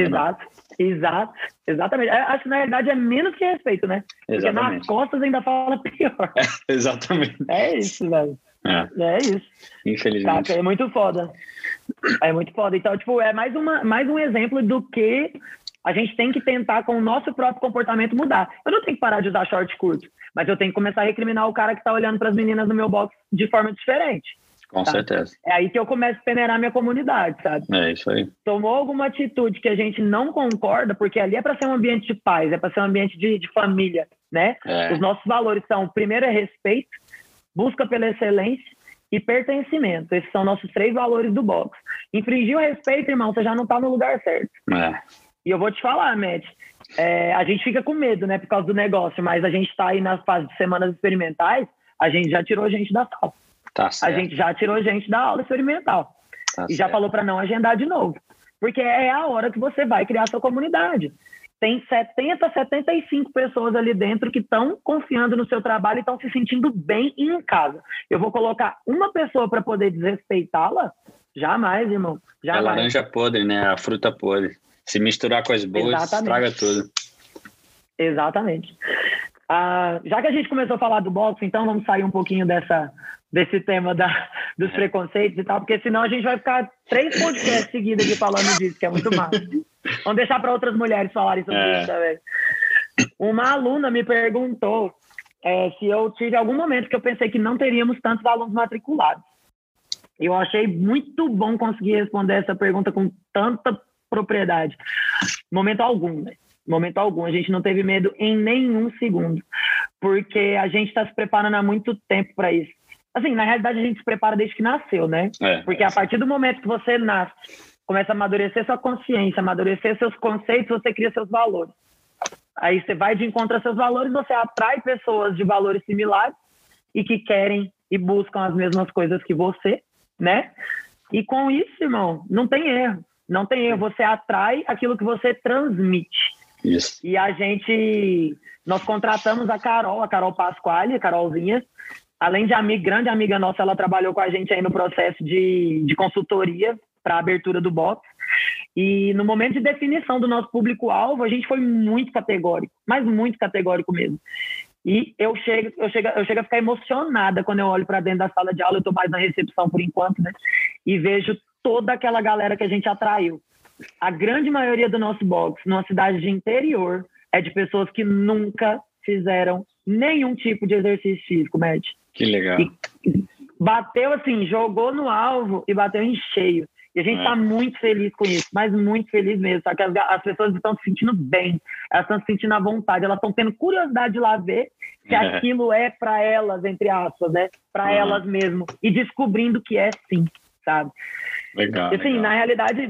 Exatamente. Acho que, na verdade, é menos que respeito, né? Porque nas costas ainda fala pior. Exatamente. É isso, velho. É isso. Infelizmente. É muito foda. É muito foda. Então, tipo, é mais um exemplo do que a gente tem que tentar, com o nosso próprio comportamento, mudar. Eu não tenho que parar de usar short curto, mas eu tenho que começar a recriminar o cara que tá olhando para as meninas no meu box de forma diferente. Com certeza. É aí que eu começo a peneirar minha comunidade, sabe? É isso aí. Tomou alguma atitude que a gente não concorda, porque ali é para ser um ambiente de paz, é para ser um ambiente de família, né? Os nossos valores são, primeiro é respeito, busca pela excelência e pertencimento. Esses são nossos 3 valores do box. Infringir o respeito, irmão, você já não tá no lugar certo. E eu vou te falar, Matt, a gente fica com medo, né, por causa do negócio, mas a gente tá aí nas fases de semanas experimentais, a gente já tirou gente da sala. Tá certo. A gente já tirou gente da aula experimental. Tá e já certo. falou para não agendar de novo. Porque é a hora que você vai criar sua comunidade. Tem 70, 75 pessoas ali dentro que estão confiando no seu trabalho e estão se sentindo bem em casa. Eu vou colocar uma pessoa para poder desrespeitá-la? Jamais, irmão. Jamais. É a laranja podre, né? A fruta podre. Se misturar com as boas, estraga tudo. Exatamente. Já que a gente começou a falar do boxe, então vamos sair um pouquinho desse tema dos preconceitos e tal, porque senão a gente vai ficar 3 podcasts seguidos aqui falando disso, que é muito massa. Vamos deixar para outras mulheres falarem sobre isso também. Uma aluna me perguntou se eu tive algum momento que eu pensei que não teríamos tantos alunos matriculados. Eu achei muito bom conseguir responder essa pergunta com tanta propriedade. Momento algum, né? Momento algum. A gente não teve medo em nenhum segundo, porque a gente está se preparando há muito tempo para isso. Assim, na realidade, a gente se prepara desde que nasceu, né? Porque a partir do momento que você nasce, começa a amadurecer sua consciência, amadurecer seus conceitos, você cria seus valores. Aí você vai de encontro a seus valores, você atrai pessoas de valores similares e que querem e buscam as mesmas coisas que você, né? E com isso, irmão, não tem erro. Não tem erro. Você atrai aquilo que você transmite. Isso. E nós contratamos a Carol Pasquale, a Carolzinha. Além de grande amiga nossa, ela trabalhou com a gente aí no processo de consultoria para a abertura do box. E no momento de definição do nosso público-alvo, a gente foi muito categórico, mas muito categórico mesmo. E eu chego a ficar emocionada quando eu olho para dentro da sala de aula. Eu estou mais na recepção por enquanto, né? E vejo toda aquela galera que a gente atraiu. A grande maioria do nosso box, numa cidade de interior, é de pessoas que nunca fizeram nenhum tipo de exercício físico, Matt. Que legal. E bateu assim, jogou no alvo e bateu em cheio. E a gente está muito feliz com isso, mas muito feliz mesmo. Só que as pessoas estão se sentindo bem, elas estão se sentindo à vontade, elas estão tendo curiosidade de lá ver se aquilo é para elas, entre aspas, né? Para elas mesmo. E descobrindo que é sim, sabe? Legal. E, assim, legal. na realidade,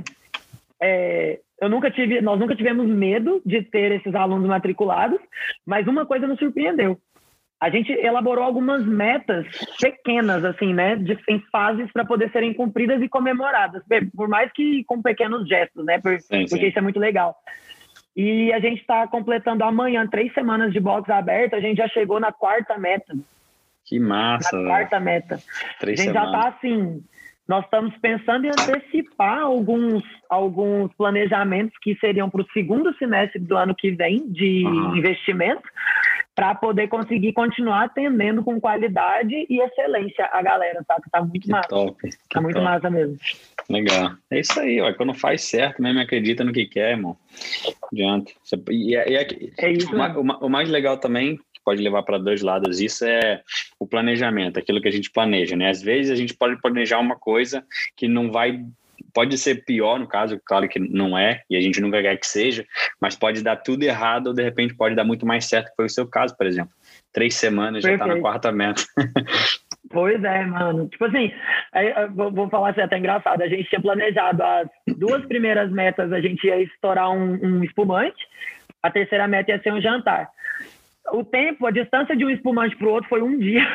nós nunca tivemos medo de ter esses alunos matriculados, mas uma coisa nos surpreendeu. A gente elaborou algumas metas pequenas, assim, né, em fases para poder serem cumpridas e comemoradas, por mais que com pequenos gestos, né, porque isso é muito legal. E a gente está completando amanhã 3 semanas de box aberto, a gente já chegou na 4ª meta. Que massa! Na 4ª meta. 3 a gente semanas. já está assim... Nós estamos pensando em antecipar alguns planejamentos que seriam para o 2º semestre do ano que vem de investimento, para poder conseguir continuar atendendo com qualidade e excelência a galera, tá? Que tá muito massa. Top. Tá muito massa mesmo. Legal. É isso aí, ó. Quando faz certo, mesmo acredita no que quer, irmão. Não adianta. É isso. O mais legal também, que pode levar para 2 lados, isso é o planejamento, aquilo que a gente planeja, né? Às vezes a gente pode planejar uma coisa que não vai... Pode ser pior, no caso, claro que não é, e a gente nunca quer que seja, mas pode dar tudo errado ou, de repente, pode dar muito mais certo, que foi o seu caso, por exemplo. 3 semanas, já tá na 4ª meta. Pois é, mano. Tipo assim, vou falar assim, até engraçado, a gente tinha planejado as 2 primeiras metas, a gente ia estourar um espumante, a 3ª meta ia ser um jantar. A distância de um espumante pro outro foi 1 dia.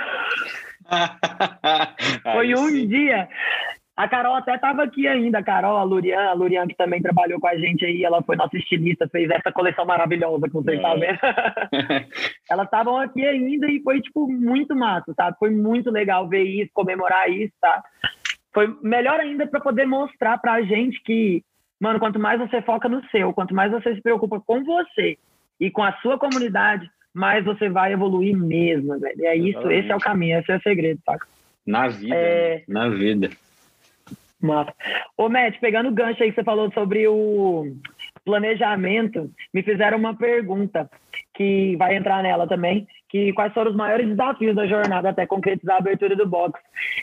Foi um dia. A Carol até estava aqui ainda, a Carol, a Lurian que também trabalhou com a gente aí, ela foi nossa estilista, fez essa coleção maravilhosa que vocês estão vendo. Elas estavam aqui ainda e foi, tipo, muito massa, sabe? Foi muito legal ver isso, comemorar isso, tá? Foi melhor ainda para poder mostrar pra gente que, mano, quanto mais você foca no seu, quanto mais você se preocupa com você e com a sua comunidade, mais você vai evoluir mesmo, velho. É isso, esse é o caminho, esse é o segredo, saca? Na vida, na vida. Massa. Ô, Matt, pegando o gancho aí que você falou sobre planejamento, me fizeram uma pergunta que vai entrar nela também, que quais foram os maiores desafios da jornada até concretizar a abertura do box.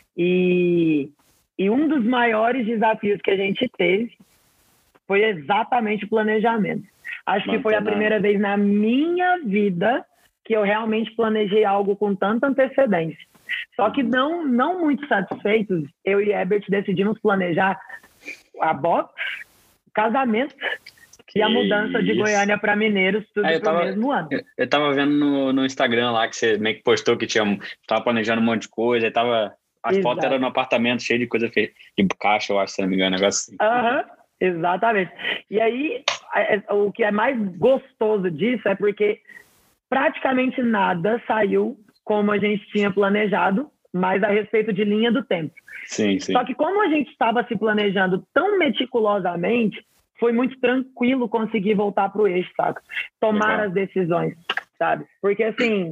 E um dos maiores desafios que a gente teve foi exatamente o planejamento. Acho que foi a primeira vez na minha vida que eu realmente planejei algo com tanta antecedência. Só que não muito satisfeitos, eu e Herbert decidimos planejar a box, o casamento e a mudança de Goiânia para Mineiros, tudo no mesmo ano. Eu tava vendo no Instagram lá que você meio que postou que tava planejando um monte de coisa, e as fotos eram no apartamento cheio de coisa feita, de caixa, eu acho, se não me engano, negócio assim. Exatamente. E aí, o que é mais gostoso disso é porque praticamente nada saiu como a gente tinha planejado, mas a respeito de linha do tempo. Sim, sim. Só que como a gente estava se planejando tão meticulosamente, foi muito tranquilo conseguir voltar para o eixo, saca? Tomar as decisões, sabe? Porque, assim,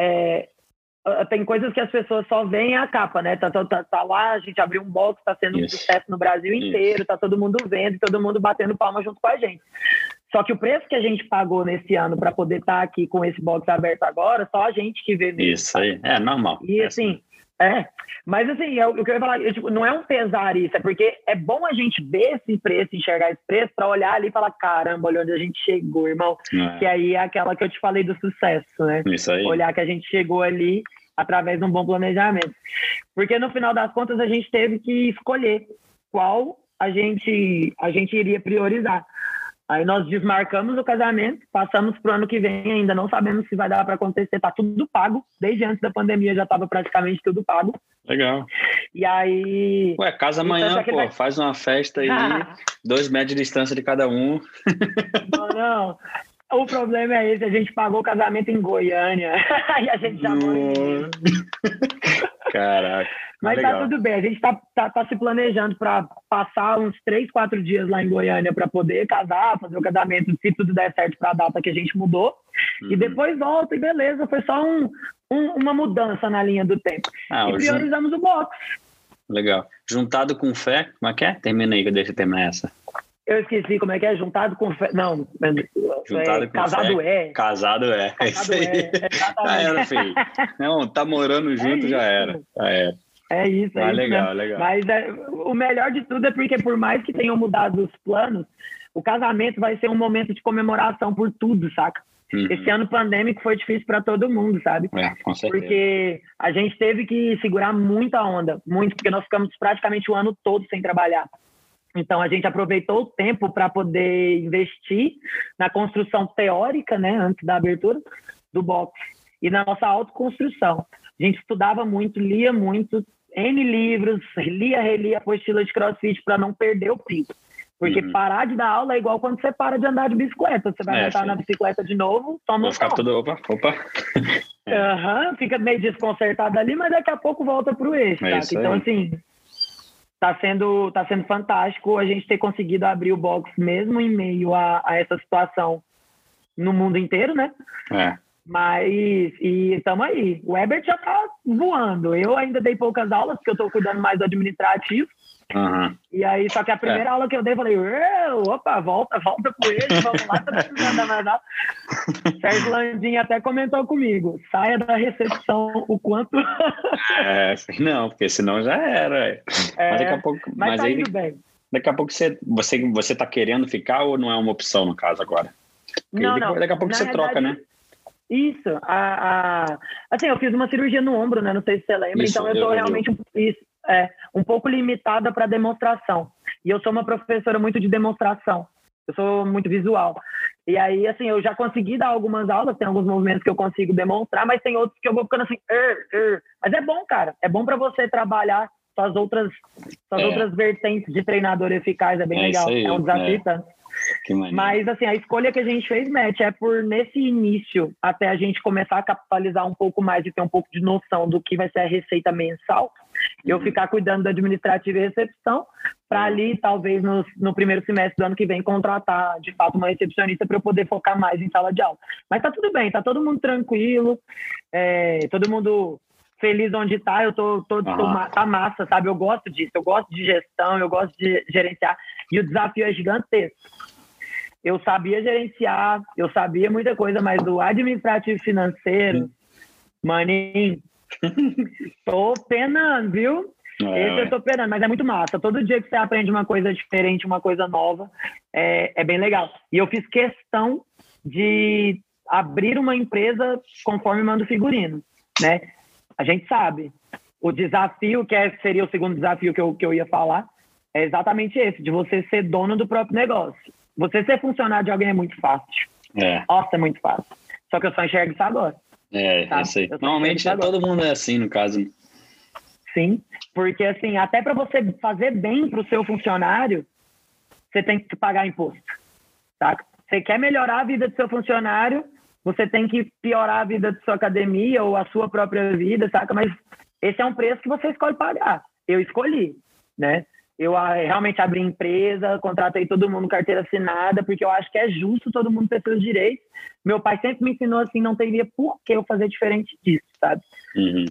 tem coisas que as pessoas só veem a capa, né? Tá lá, a gente abriu um box, tá sendo um sucesso no Brasil inteiro, tá todo mundo vendo, todo mundo batendo palma junto com a gente. Só que o preço que a gente pagou nesse ano para poder estar aqui com esse box aberto agora, só a gente que vê mesmo. Isso aí, é normal. E assim, mas assim, o que eu ia falar, tipo, não é um pesar isso, é porque é bom a gente ver esse preço, enxergar esse preço, para olhar ali e falar, caramba, olha onde a gente chegou, irmão. Que aí é aquela que eu te falei do sucesso, né? Isso aí. Olhar que a gente chegou ali através de um bom planejamento. Porque no final das contas a gente teve que escolher qual a gente iria priorizar. Aí nós desmarcamos o casamento, passamos para o ano que vem, ainda não sabemos se vai dar para acontecer, tá tudo pago, desde antes da pandemia já estava praticamente tudo pago. Legal. E aí... Ué, casa amanhã, pô, faz uma festa aí, 2 metros de distância de cada um. Não. O problema é esse, a gente pagou o casamento em Goiânia, e a gente já morreu. Caraca. Mas legal. Tá tudo bem, a gente tá se planejando para passar uns 3, 4 dias lá em Goiânia para poder casar, fazer o casamento, se tudo der certo para a data que a gente mudou. E depois volta e beleza, foi só uma mudança na linha do tempo. E priorizamos o box. Legal. Juntado com fé, como é que é? Termina aí, que eu deixo terminar essa. Eu esqueci como é que é, juntado com fé. Não, juntado com casado fé. Casado é. Casado Já era, filho. Não, tá morando junto, já era. É isso. Legal, né? legal. Mas o melhor de tudo é porque, por mais que tenham mudado os planos, o casamento vai ser um momento de comemoração por tudo, saca? Esse ano pandêmico foi difícil para todo mundo, sabe? Com certeza. Porque a gente teve que segurar muita onda, porque nós ficamos praticamente o ano todo sem trabalhar. Então, a gente aproveitou o tempo para poder investir na construção teórica, né, antes da abertura do box, e na nossa autoconstrução. A gente estudava muito, lia muito, N livros, relia apostila de CrossFit para não perder o pico. Porque parar de dar aula é igual quando você para de andar de bicicleta. Você vai montar na bicicleta de novo, toma um tudo, opa. Fica meio desconcertado ali, mas daqui a pouco volta pro eixo, tá? Então, assim, tá sendo fantástico a gente ter conseguido abrir o box mesmo em meio a essa situação no mundo inteiro, né? Mas, e estamos aí. O Herbert já tá voando. Eu ainda dei poucas aulas, porque eu tô cuidando mais do administrativo. E aí, só que a primeira aula que eu dei, eu falei, opa, volta pro eixo, vamos lá, tá precisando dar mais aula. Sérgio Landim até comentou comigo, saia da recepção o quanto... não, porque senão já era. Mas daqui a pouco... Mas tá indo bem. Daqui a pouco você tá querendo ficar ou não é uma opção no caso agora? Não. Daqui a pouco você troca, né? Isso. Assim, eu fiz uma cirurgia no ombro, né? Não sei se você lembra. Então eu tô realmente um pouco limitada para demonstração. E eu sou uma professora muito de demonstração. Eu sou muito visual. E aí, assim, eu já consegui dar algumas aulas, tem alguns movimentos que eu consigo demonstrar, mas tem outros que eu vou ficando assim... Mas é bom, cara. É bom para você trabalhar suas outras vertentes de treinador eficaz. É bem legal. É um desafio, tá? Mas, assim, a escolha que a gente fez, Matt, é por, nesse início, até a gente começar a capitalizar um pouco mais e ter um pouco de noção do que vai ser a receita mensal, eu ficar cuidando da administrativa e recepção, para ali, talvez, no primeiro semestre do ano que vem, contratar, de fato, uma recepcionista para eu poder focar mais em sala de aula. Mas tá tudo bem, tá todo mundo tranquilo, todo mundo feliz onde tá, tá massa, sabe? Eu gosto disso, eu gosto de gestão, eu gosto de gerenciar, e o desafio é gigantesco. eu sabia gerenciar, eu sabia muita coisa, mas do administrativo financeiro, maninho, tô penando, viu? Esse eu tô penando, mas é muito massa. Todo dia que você aprende uma coisa diferente, uma coisa nova, é bem legal. E eu fiz questão de abrir uma empresa conforme manda o figurino, né? A gente sabe. O desafio, seria o segundo desafio que eu ia falar, é exatamente esse, de você ser dono do próprio negócio. Você ser funcionário de alguém é muito fácil. Nossa, é muito fácil. Só que eu só enxergo isso agora. Eu sei. Normalmente todo mundo é assim, no caso. Sim, porque assim, até para você fazer bem para o seu funcionário, você tem que pagar imposto, tá? Você quer melhorar a vida do seu funcionário, você tem que piorar a vida da sua academia ou a sua própria vida, saca? Mas esse é um preço que você escolhe pagar. Eu escolhi, né? Eu realmente abri empresa, contratei todo mundo carteira assinada, porque eu acho que é justo todo mundo ter seus direitos. Meu pai sempre me ensinou assim, não teria por que eu fazer diferente disso, sabe? Uhum.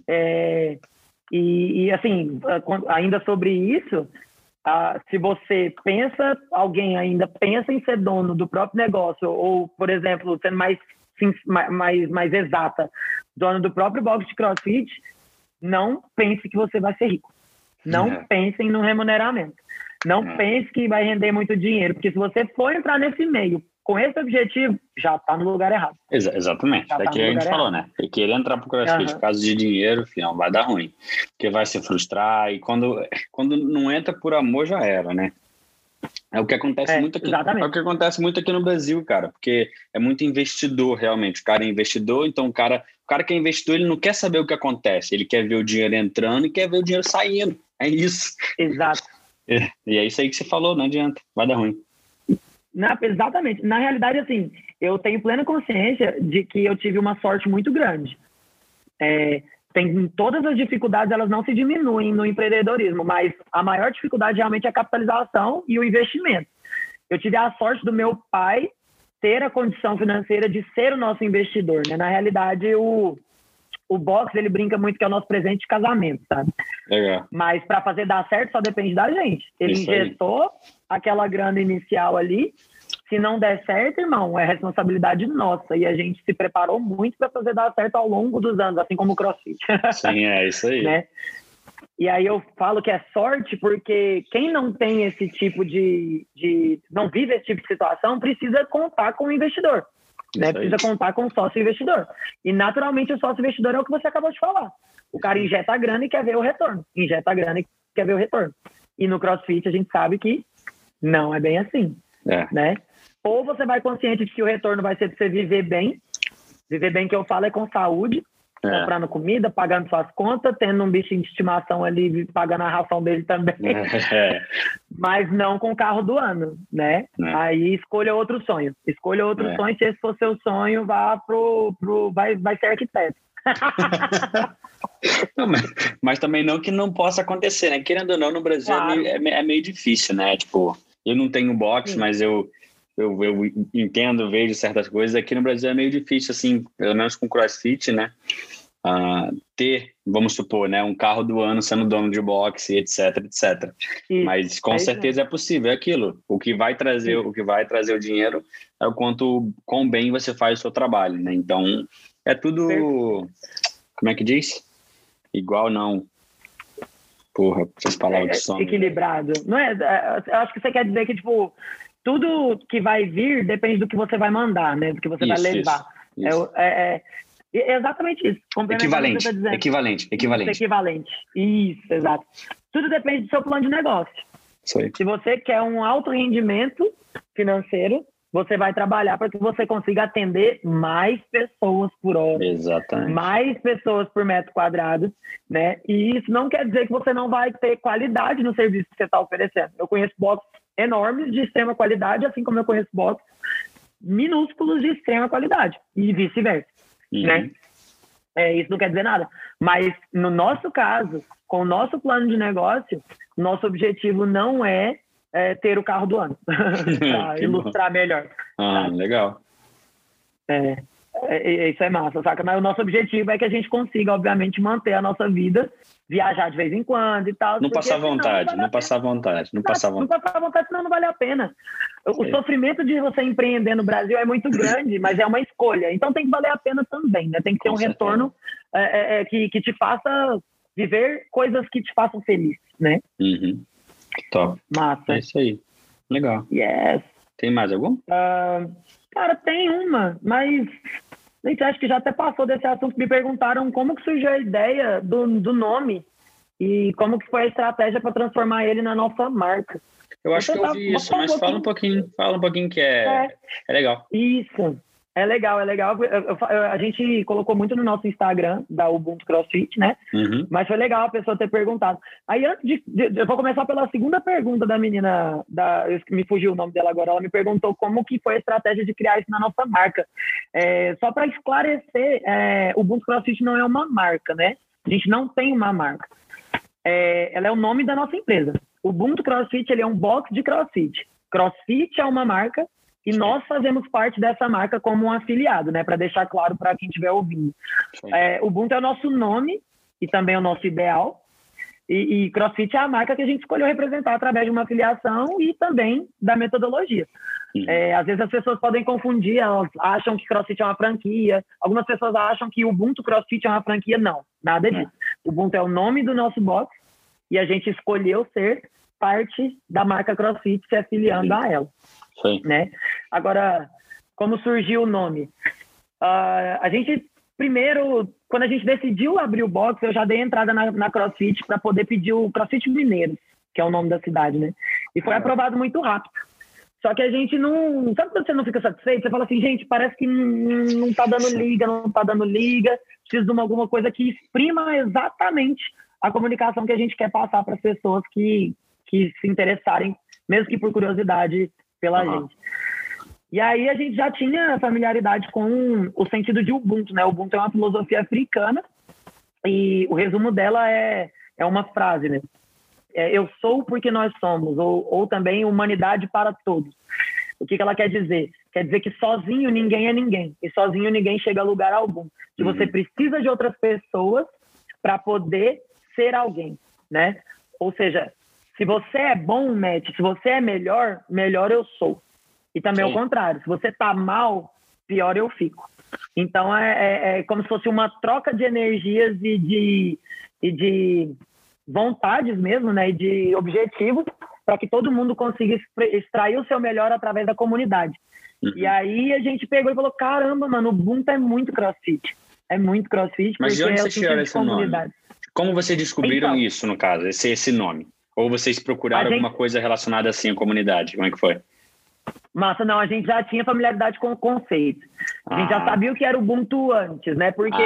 E assim, ainda sobre isso, se você alguém ainda pensa em ser dono do próprio negócio, ou, por exemplo, sendo mais exata, dono do próprio box de CrossFit, não pense que você vai ser rico. Não pensem no remuneramento. Não pense que vai render muito dinheiro, porque se você for entrar nesse meio com esse objetivo, já está no lugar errado. Exatamente. Daqui a gente falou, né? E querer entrar pro CrossFit por causa de dinheiro, afinal, vai dar ruim. Porque vai se frustrar e quando não entra por amor, já era, né? É o que acontece muito aqui. Exatamente. É o que acontece muito aqui no Brasil, cara, porque é muito investidor, realmente. O cara é investidor, então o cara que é investidor, ele não quer saber o que acontece, ele quer ver o dinheiro entrando e quer ver o dinheiro saindo. É isso. Exato. E é isso aí que você falou, não adianta, vai dar ruim. Exatamente. Na realidade, assim, eu tenho plena consciência de que eu tive uma sorte muito grande. Todas as dificuldades, elas não se diminuem no empreendedorismo, mas a maior dificuldade realmente é a capitalização e o investimento. Eu tive a sorte do meu pai ter a condição financeira de ser o nosso investidor, né? Na realidade, o box, ele brinca muito que é o nosso presente de casamento, sabe? Legal. Mas para fazer dar certo só depende da gente. Ele injetou aquela grana inicial ali. Se não der certo, irmão, é responsabilidade nossa. E a gente se preparou muito para fazer dar certo ao longo dos anos, assim como o CrossFit. Sim, é isso aí. Né? E aí eu falo que é sorte porque quem não tem esse tipo não vive esse tipo de situação, precisa contar com o investidor. Né? Precisa contar com o sócio investidor. E naturalmente o sócio investidor é o que você acabou de falar. O cara injeta a grana e quer ver o retorno. Injeta a grana e quer ver o retorno. E no CrossFit a gente sabe que não é bem assim. Né? Ou você vai consciente de que o retorno vai ser para você viver bem. Viver bem que eu falo é com saúde. Comprando comida, pagando suas contas, tendo um bichinho de estimação ali, pagando a ração dele também. Mas não com o carro do ano, né? Aí escolha outro sonho. Escolha outro sonho, se esse for seu sonho, vai ser arquiteto. Não, mas também não que não possa acontecer, né? Querendo ou não, no Brasil claro. é meio difícil, né? Tipo, eu não tenho boxe, sim, mas eu entendo, vejo certas coisas. Aqui no Brasil é meio difícil, assim, pelo menos com CrossFit, né? Ter, vamos supor, né, um carro do ano sendo dono de boxe, etc. Isso, mas com certeza é possível, é aquilo. O que vai trazer o dinheiro é o quão bem você faz o seu trabalho, né? Então, é tudo, como é que diz? Igual não. Porra, essas palavras de som. Equilibrado. Não é? Eu acho que você quer dizer que, tipo, tudo que vai vir depende do que você vai mandar, né? Do que você vai levar. Isso. É exatamente isso. Equivalente. Você tá dizendo. Equivalente. Isso, exato. Tudo depende do seu plano de negócio. Isso aí. Se você quer um alto rendimento financeiro, você vai trabalhar para que você consiga atender mais pessoas por hora. Exatamente. Mais pessoas por metro quadrado, né? E isso não quer dizer que você não vai ter qualidade no serviço que você está oferecendo. Eu conheço boxes enormes de extrema qualidade, assim como eu conheço boxes minúsculos de extrema qualidade. E vice-versa. Né? Isso não quer dizer nada. Mas, no nosso caso, com o nosso plano de negócio, nosso objetivo não é ter o carro do ano. Para ilustrar melhor. Legal. Isso é massa, saca? Mas o nosso objetivo é que a gente consiga, obviamente, manter a nossa vida, viajar de vez em quando e tal. Não passar vontade, não passar vontade. Não passar vontade, senão não vale a pena. O sofrimento de você empreender no Brasil é muito grande, mas é uma escolha. Então tem que valer a pena também, né? Tem que ter um retorno que te faça viver coisas que te façam feliz, né? Uhum. Top. Massa. É isso aí. Legal. Yes. Tem mais algum? Cara, tem uma, mas a gente acha que já até passou desse assunto. Me perguntaram como que surgiu a ideia do nome e como que foi a estratégia para transformar ele na nossa marca. Eu acho que eu vi isso, mas fala um pouquinho que é legal. Isso. É legal. A gente colocou muito no nosso Instagram, da Ubuntu CrossFit, né? Uhum. Mas foi legal a pessoa ter perguntado. Aí, antes eu vou começar pela segunda pergunta da menina, me fugiu o nome dela agora, ela me perguntou como que foi a estratégia de criar isso na nossa marca. Só para esclarecer, o Ubuntu CrossFit não é uma marca, né? A gente não tem uma marca. Ela é o nome da nossa empresa. O Ubuntu CrossFit, ele é um box de CrossFit. CrossFit é uma marca, e nós fazemos parte dessa marca como um afiliado, né? Para deixar claro para quem estiver ouvindo. O Ubuntu é o nosso nome e também é o nosso ideal. E CrossFit é a marca que a gente escolheu representar através de uma afiliação e também da metodologia. Às vezes as pessoas podem confundir, elas acham que CrossFit é uma franquia. Algumas pessoas acham que o Ubuntu CrossFit é uma franquia. Não, nada disso. O Ubuntu é o nome do nosso box e a gente escolheu ser parte da marca CrossFit, se afiliando a ela. Sim. Né? Agora, como surgiu o nome? A gente, primeiro, quando a gente decidiu abrir o box, eu já dei entrada na CrossFit para poder pedir o CrossFit Mineiros, que é o nome da cidade, né? E foi aprovado muito rápido. Só que a gente não... Sabe quando você não fica satisfeito? Você fala assim, gente, parece que não tá dando liga, preciso de alguma coisa que exprima exatamente a comunicação que a gente quer passar para as pessoas que se interessarem, mesmo que por curiosidade, pela gente. E aí a gente já tinha familiaridade com o sentido de Ubuntu, né? Ubuntu é uma filosofia africana e o resumo dela é uma frase, né? Eu sou porque nós somos, ou também humanidade para todos. O que ela quer dizer? Quer dizer que sozinho ninguém é ninguém, e sozinho ninguém chega a lugar algum. Que você precisa de outras pessoas para poder ser alguém, né? Ou seja, se você é bom, Matt, se você é melhor eu sou. E também o contrário, se você tá mal, pior eu fico. Então é como se fosse uma troca de energias e de vontades mesmo, né? E de objetivos para que todo mundo consiga extrair o seu melhor através da comunidade. E aí a gente pegou e falou, caramba, mano, o Ubuntu é muito CrossFit. É muito CrossFit. Mas de onde vocês tiraram esse nome? Comunidade. Como vocês descobriram isso, no caso, esse nome? Ou vocês procuraram alguma coisa relacionada assim à comunidade? Como é que foi? Massa, não, a gente já tinha familiaridade com o conceito. A gente já sabia o que era o Ubuntu antes, né? Porque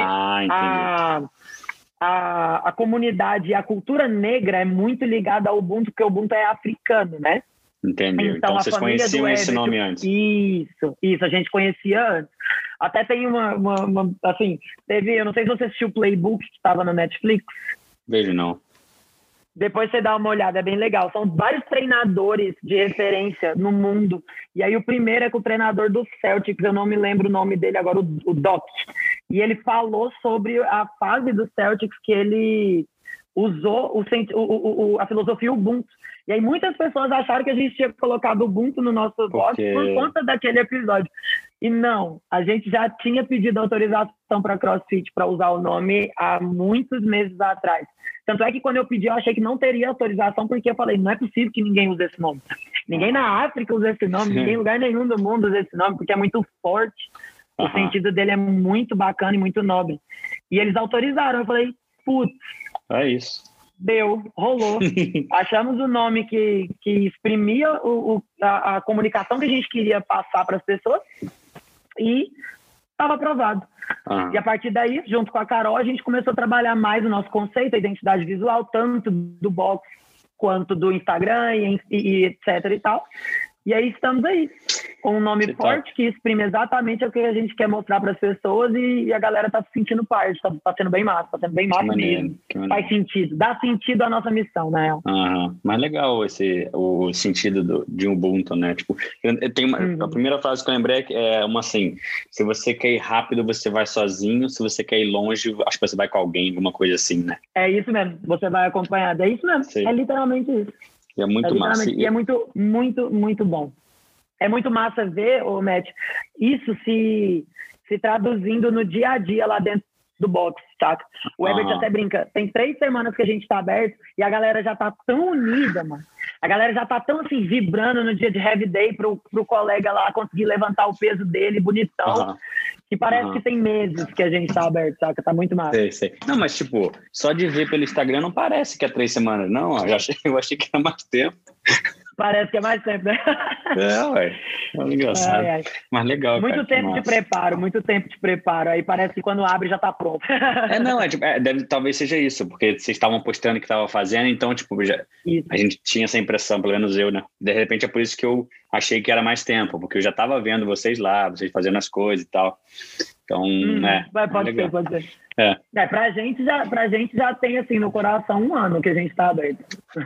a comunidade e a cultura negra é muito ligada ao Ubuntu, porque o Ubuntu é africano, né? Entendeu. Então vocês conheciam esse nome antes. Isso, a gente conhecia antes. Até tem uma assim, eu não sei se você assistiu o Playbook, que estava na Netflix. Vejo não. Depois você dá uma olhada, é bem legal. São vários treinadores de referência no mundo. E aí o primeiro é com o treinador do Celtics, eu não me lembro o nome dele agora, o Doc. E ele falou sobre a fase do Celtics que ele usou a filosofia Ubuntu. E aí muitas pessoas acharam que a gente tinha colocado Ubuntu no nosso box por conta daquele episódio. E não, a gente já tinha pedido autorização para CrossFit para usar o nome há muitos meses atrás. Tanto é que quando eu pedi, eu achei que não teria autorização, porque eu falei, não é possível que ninguém use esse nome. Ninguém na África usa esse nome, ninguém em lugar nenhum do mundo usa esse nome, porque é muito forte. O sentido dele é muito bacana e muito nobre. E eles autorizaram. Eu falei, putz. É isso. Deu, rolou. Achamos o nome que exprimia a comunicação que a gente queria passar para as pessoas e estava aprovado. E a partir daí, junto com a Carol, a gente começou a trabalhar mais o nosso conceito, a identidade visual, tanto do box quanto do Instagram e etc e tal. E aí estamos aí. um nome forte que exprime exatamente o que a gente quer mostrar para as pessoas e a galera tá se sentindo parte, tá sendo bem massa, mesmo. Faz sentido, dá sentido à nossa missão, né? Mas legal o sentido de Ubuntu, né? Tipo, a primeira frase que eu lembrei é uma assim: se você quer ir rápido, você vai sozinho, se você quer ir longe, acho que você vai com alguém, alguma coisa assim, né? É isso mesmo, você vai acompanhado, é isso mesmo, Sim. É literalmente isso. E é muito massa. E é muito, muito, muito bom. É muito massa ver, Matt, isso se traduzindo no dia a dia lá dentro do box, saca? O Herbert até brinca, tem 3 semanas que a gente tá aberto e a galera já tá tão unida, mano. A galera já tá tão assim, vibrando no dia de Heavy Day pro colega lá conseguir levantar o peso dele, bonitão. Que parece que tem meses que a gente tá aberto, saca? Tá muito massa. Sei. Não, mas tipo, só de ver pelo Instagram não parece que é 3 semanas, não. Eu achei que era mais tempo. Parece que é mais tempo, né? Ué. É engraçado. Mas legal, muito tempo de preparo. Aí parece que quando abre já tá pronto. Talvez seja isso, porque vocês estavam postando o que estavam fazendo, então, tipo, a gente tinha essa impressão, pelo menos eu, né? De repente é por isso que eu achei que era mais tempo, porque eu já tava vendo vocês lá, vocês fazendo as coisas e tal. Então, pode ser. Pra gente já tem, assim, no coração 1 ano que a gente tá aberto.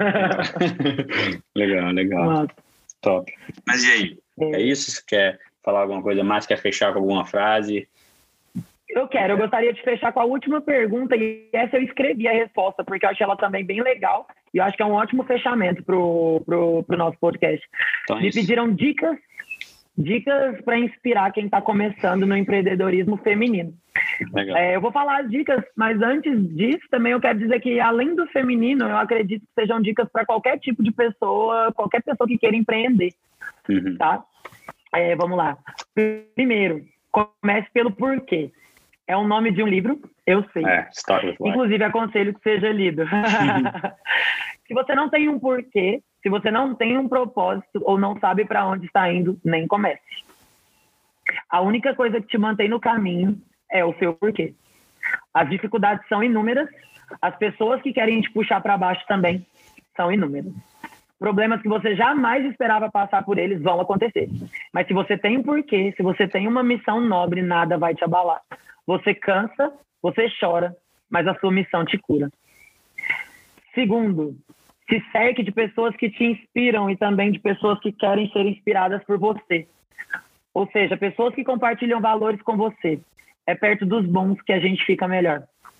Legal. Nossa. Top. Mas e aí? É isso? Você quer falar alguma coisa mais? Quer fechar com alguma frase? Eu gostaria de fechar com a última pergunta, e essa eu escrevi a resposta, porque eu achei ela também bem legal, e eu acho que é um ótimo fechamento pro nosso podcast. Então, Me pediram dicas para inspirar quem está começando no empreendedorismo feminino. Legal. Eu vou falar as dicas, mas antes disso também eu quero dizer que, além do feminino, eu acredito que sejam dicas para qualquer tipo de pessoa, qualquer pessoa que queira empreender, tá? Vamos lá. Primeiro, comece pelo porquê. É o nome de um livro, eu sei. Inclusive, aconselho que seja lido. Se você não tem um porquê, se você não tem um propósito ou não sabe para onde está indo, nem comece. A única coisa que te mantém no caminho é o seu porquê. As dificuldades são inúmeras, as pessoas que querem te puxar para baixo também são inúmeras. Problemas que você jamais esperava passar por eles vão acontecer. Mas se você tem um porquê, se você tem uma missão nobre, nada vai te abalar. Você cansa, você chora, mas a sua missão te cura. Segundo, se cerque de pessoas que te inspiram e também de pessoas que querem ser inspiradas por você. Ou seja, pessoas que compartilham valores com você. É perto dos bons que a gente fica melhor.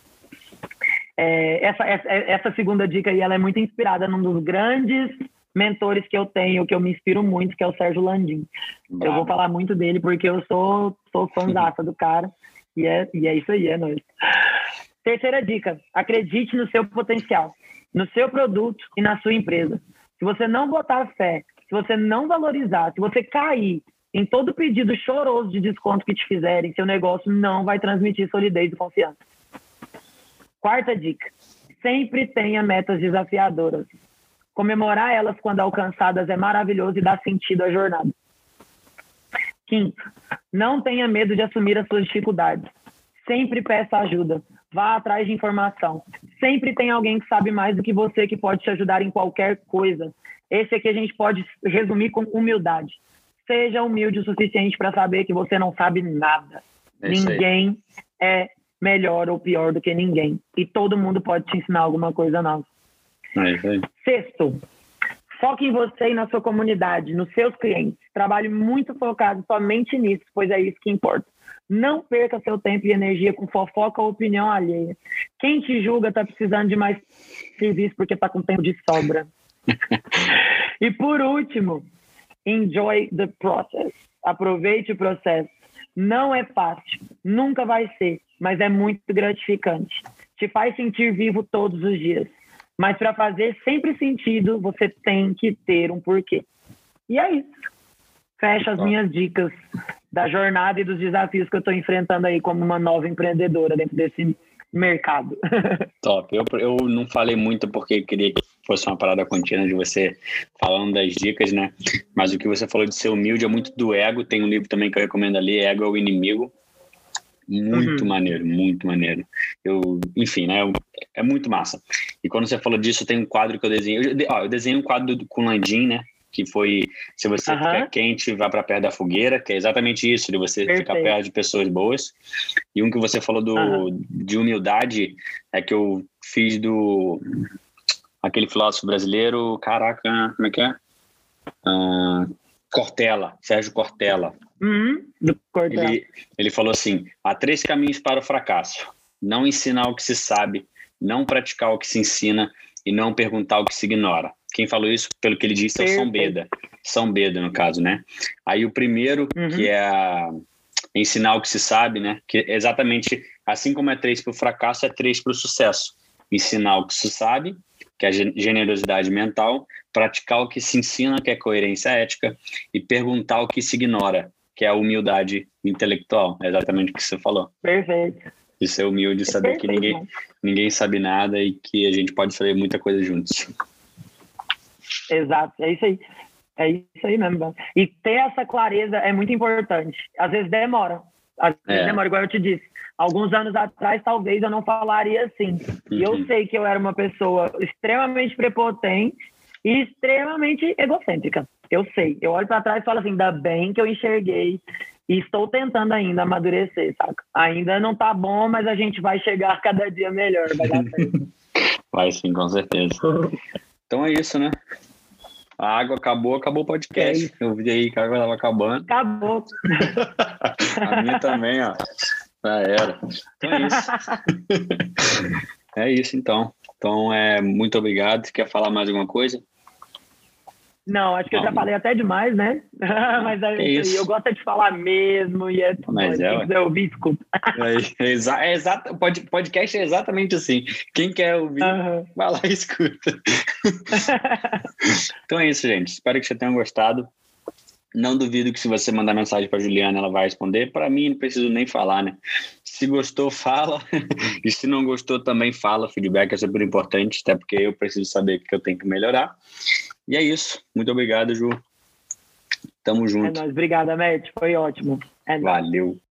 Essa segunda dica aí, ela é muito inspirada num dos grandes mentores que eu tenho, que eu me inspiro muito, que é o Sérgio Landim. Bravo. Eu vou falar muito dele porque eu sou fãzaça do cara. E é isso aí, é nóis. Terceira dica, acredite no seu potencial, no seu produto e na sua empresa. Se você não botar fé, se você não valorizar, se você cair em todo pedido choroso de desconto que te fizerem, seu negócio não vai transmitir solidez e confiança. Quarta dica, sempre tenha metas desafiadoras. Comemorar elas quando alcançadas é maravilhoso e dá sentido à jornada. Quinto, não tenha medo de assumir as suas dificuldades. Sempre peça ajuda. Vá atrás de informação. Sempre tem alguém que sabe mais do que você que pode te ajudar em qualquer coisa. Esse aqui a gente pode resumir com humildade. Seja humilde o suficiente para saber que você não sabe nada. Ninguém é melhor ou pior do que ninguém. E todo mundo pode te ensinar alguma coisa nova. Sexto, foque em você e na sua comunidade, nos seus clientes. Trabalhe muito focado somente nisso, pois é isso que importa. Não perca seu tempo e energia com fofoca ou opinião alheia. Quem te julga está precisando de mais serviço porque está com tempo de sobra. E por último, enjoy the process. Aproveite o processo. Não é fácil, nunca vai ser, mas é muito gratificante. Te faz sentir vivo todos os dias. Mas para fazer sempre sentido, você tem que ter um porquê. E é isso. Fecha as minhas dicas da jornada e dos desafios que eu estou enfrentando aí como uma nova empreendedora dentro desse mercado. Top. Eu não falei muito porque queria que fosse uma parada contínua de você falando das dicas, né? Mas o que você falou de ser humilde é muito do ego. Tem um livro também que eu recomendo ali, Ego é o Inimigo. Muito maneiro, muito maneiro. Enfim, né? É muito massa. E quando você falou disso, tem um quadro que eu desenhei. Eu desenhei um quadro com o Landim, né? que foi se você ficar quente, vá para perto da fogueira, que é exatamente isso, de você ficar perto de pessoas boas. E um que você falou de humildade, é que eu fiz aquele filósofo brasileiro, caraca, como é que é? Cortella, Sérgio Cortella. Do Cortella. Ele falou assim, há 3 caminhos para o fracasso: não ensinar o que se sabe, não praticar o que se ensina e não perguntar o que se ignora. Quem falou isso, pelo que ele disse, é o São Beda. São Beda, no caso, né? Aí o primeiro, que é ensinar o que se sabe, né? Que é exatamente, assim como é 3 para o fracasso, é 3 para o sucesso. Ensinar o que se sabe, que é a generosidade mental, praticar o que se ensina, que é coerência ética, e perguntar o que se ignora, que é a humildade intelectual. É exatamente o que você falou. Perfeito. De ser humilde, saber que ninguém sabe nada e que a gente pode fazer muita coisa juntos. Exato, é isso aí. É isso aí mesmo. E ter essa clareza é muito importante. Às vezes demora. Igual eu te disse. Alguns anos atrás, talvez eu não falaria assim. E eu sei que eu era uma pessoa extremamente prepotente e extremamente egocêntrica. Eu sei. Eu olho para trás e falo assim, ainda bem que eu enxerguei e estou tentando ainda amadurecer, saca? Ainda não tá bom, mas a gente vai chegar cada dia melhor, vai dar certo. Vai sim, com certeza. Então é isso, né? A água acabou o podcast. Eu vi aí que a água estava acabando. Acabou. A minha também, ó. Já era. Então é isso. É isso, então. Então, muito obrigado. Você quer falar mais alguma coisa? Não, acho que eu já falei até demais, né? Mas é isso aí. Eu gosto de falar mesmo e é tudo. Quem quiser ouvir, escuta. Exato. Podcast é exatamente assim. Quem quer ouvir, vai lá e escuta. Então é isso, gente. Espero que você tenha gostado. Não duvido que se você mandar mensagem para Juliana, ela vai responder. Para mim, não preciso nem falar, né? Se gostou, fala. E se não gostou, também fala. Feedback é super importante, até porque eu preciso saber o que eu tenho que melhorar. E é isso. Muito obrigado, Ju. Tamo junto. É nóis. Obrigado, Matt. Foi ótimo. Valeu.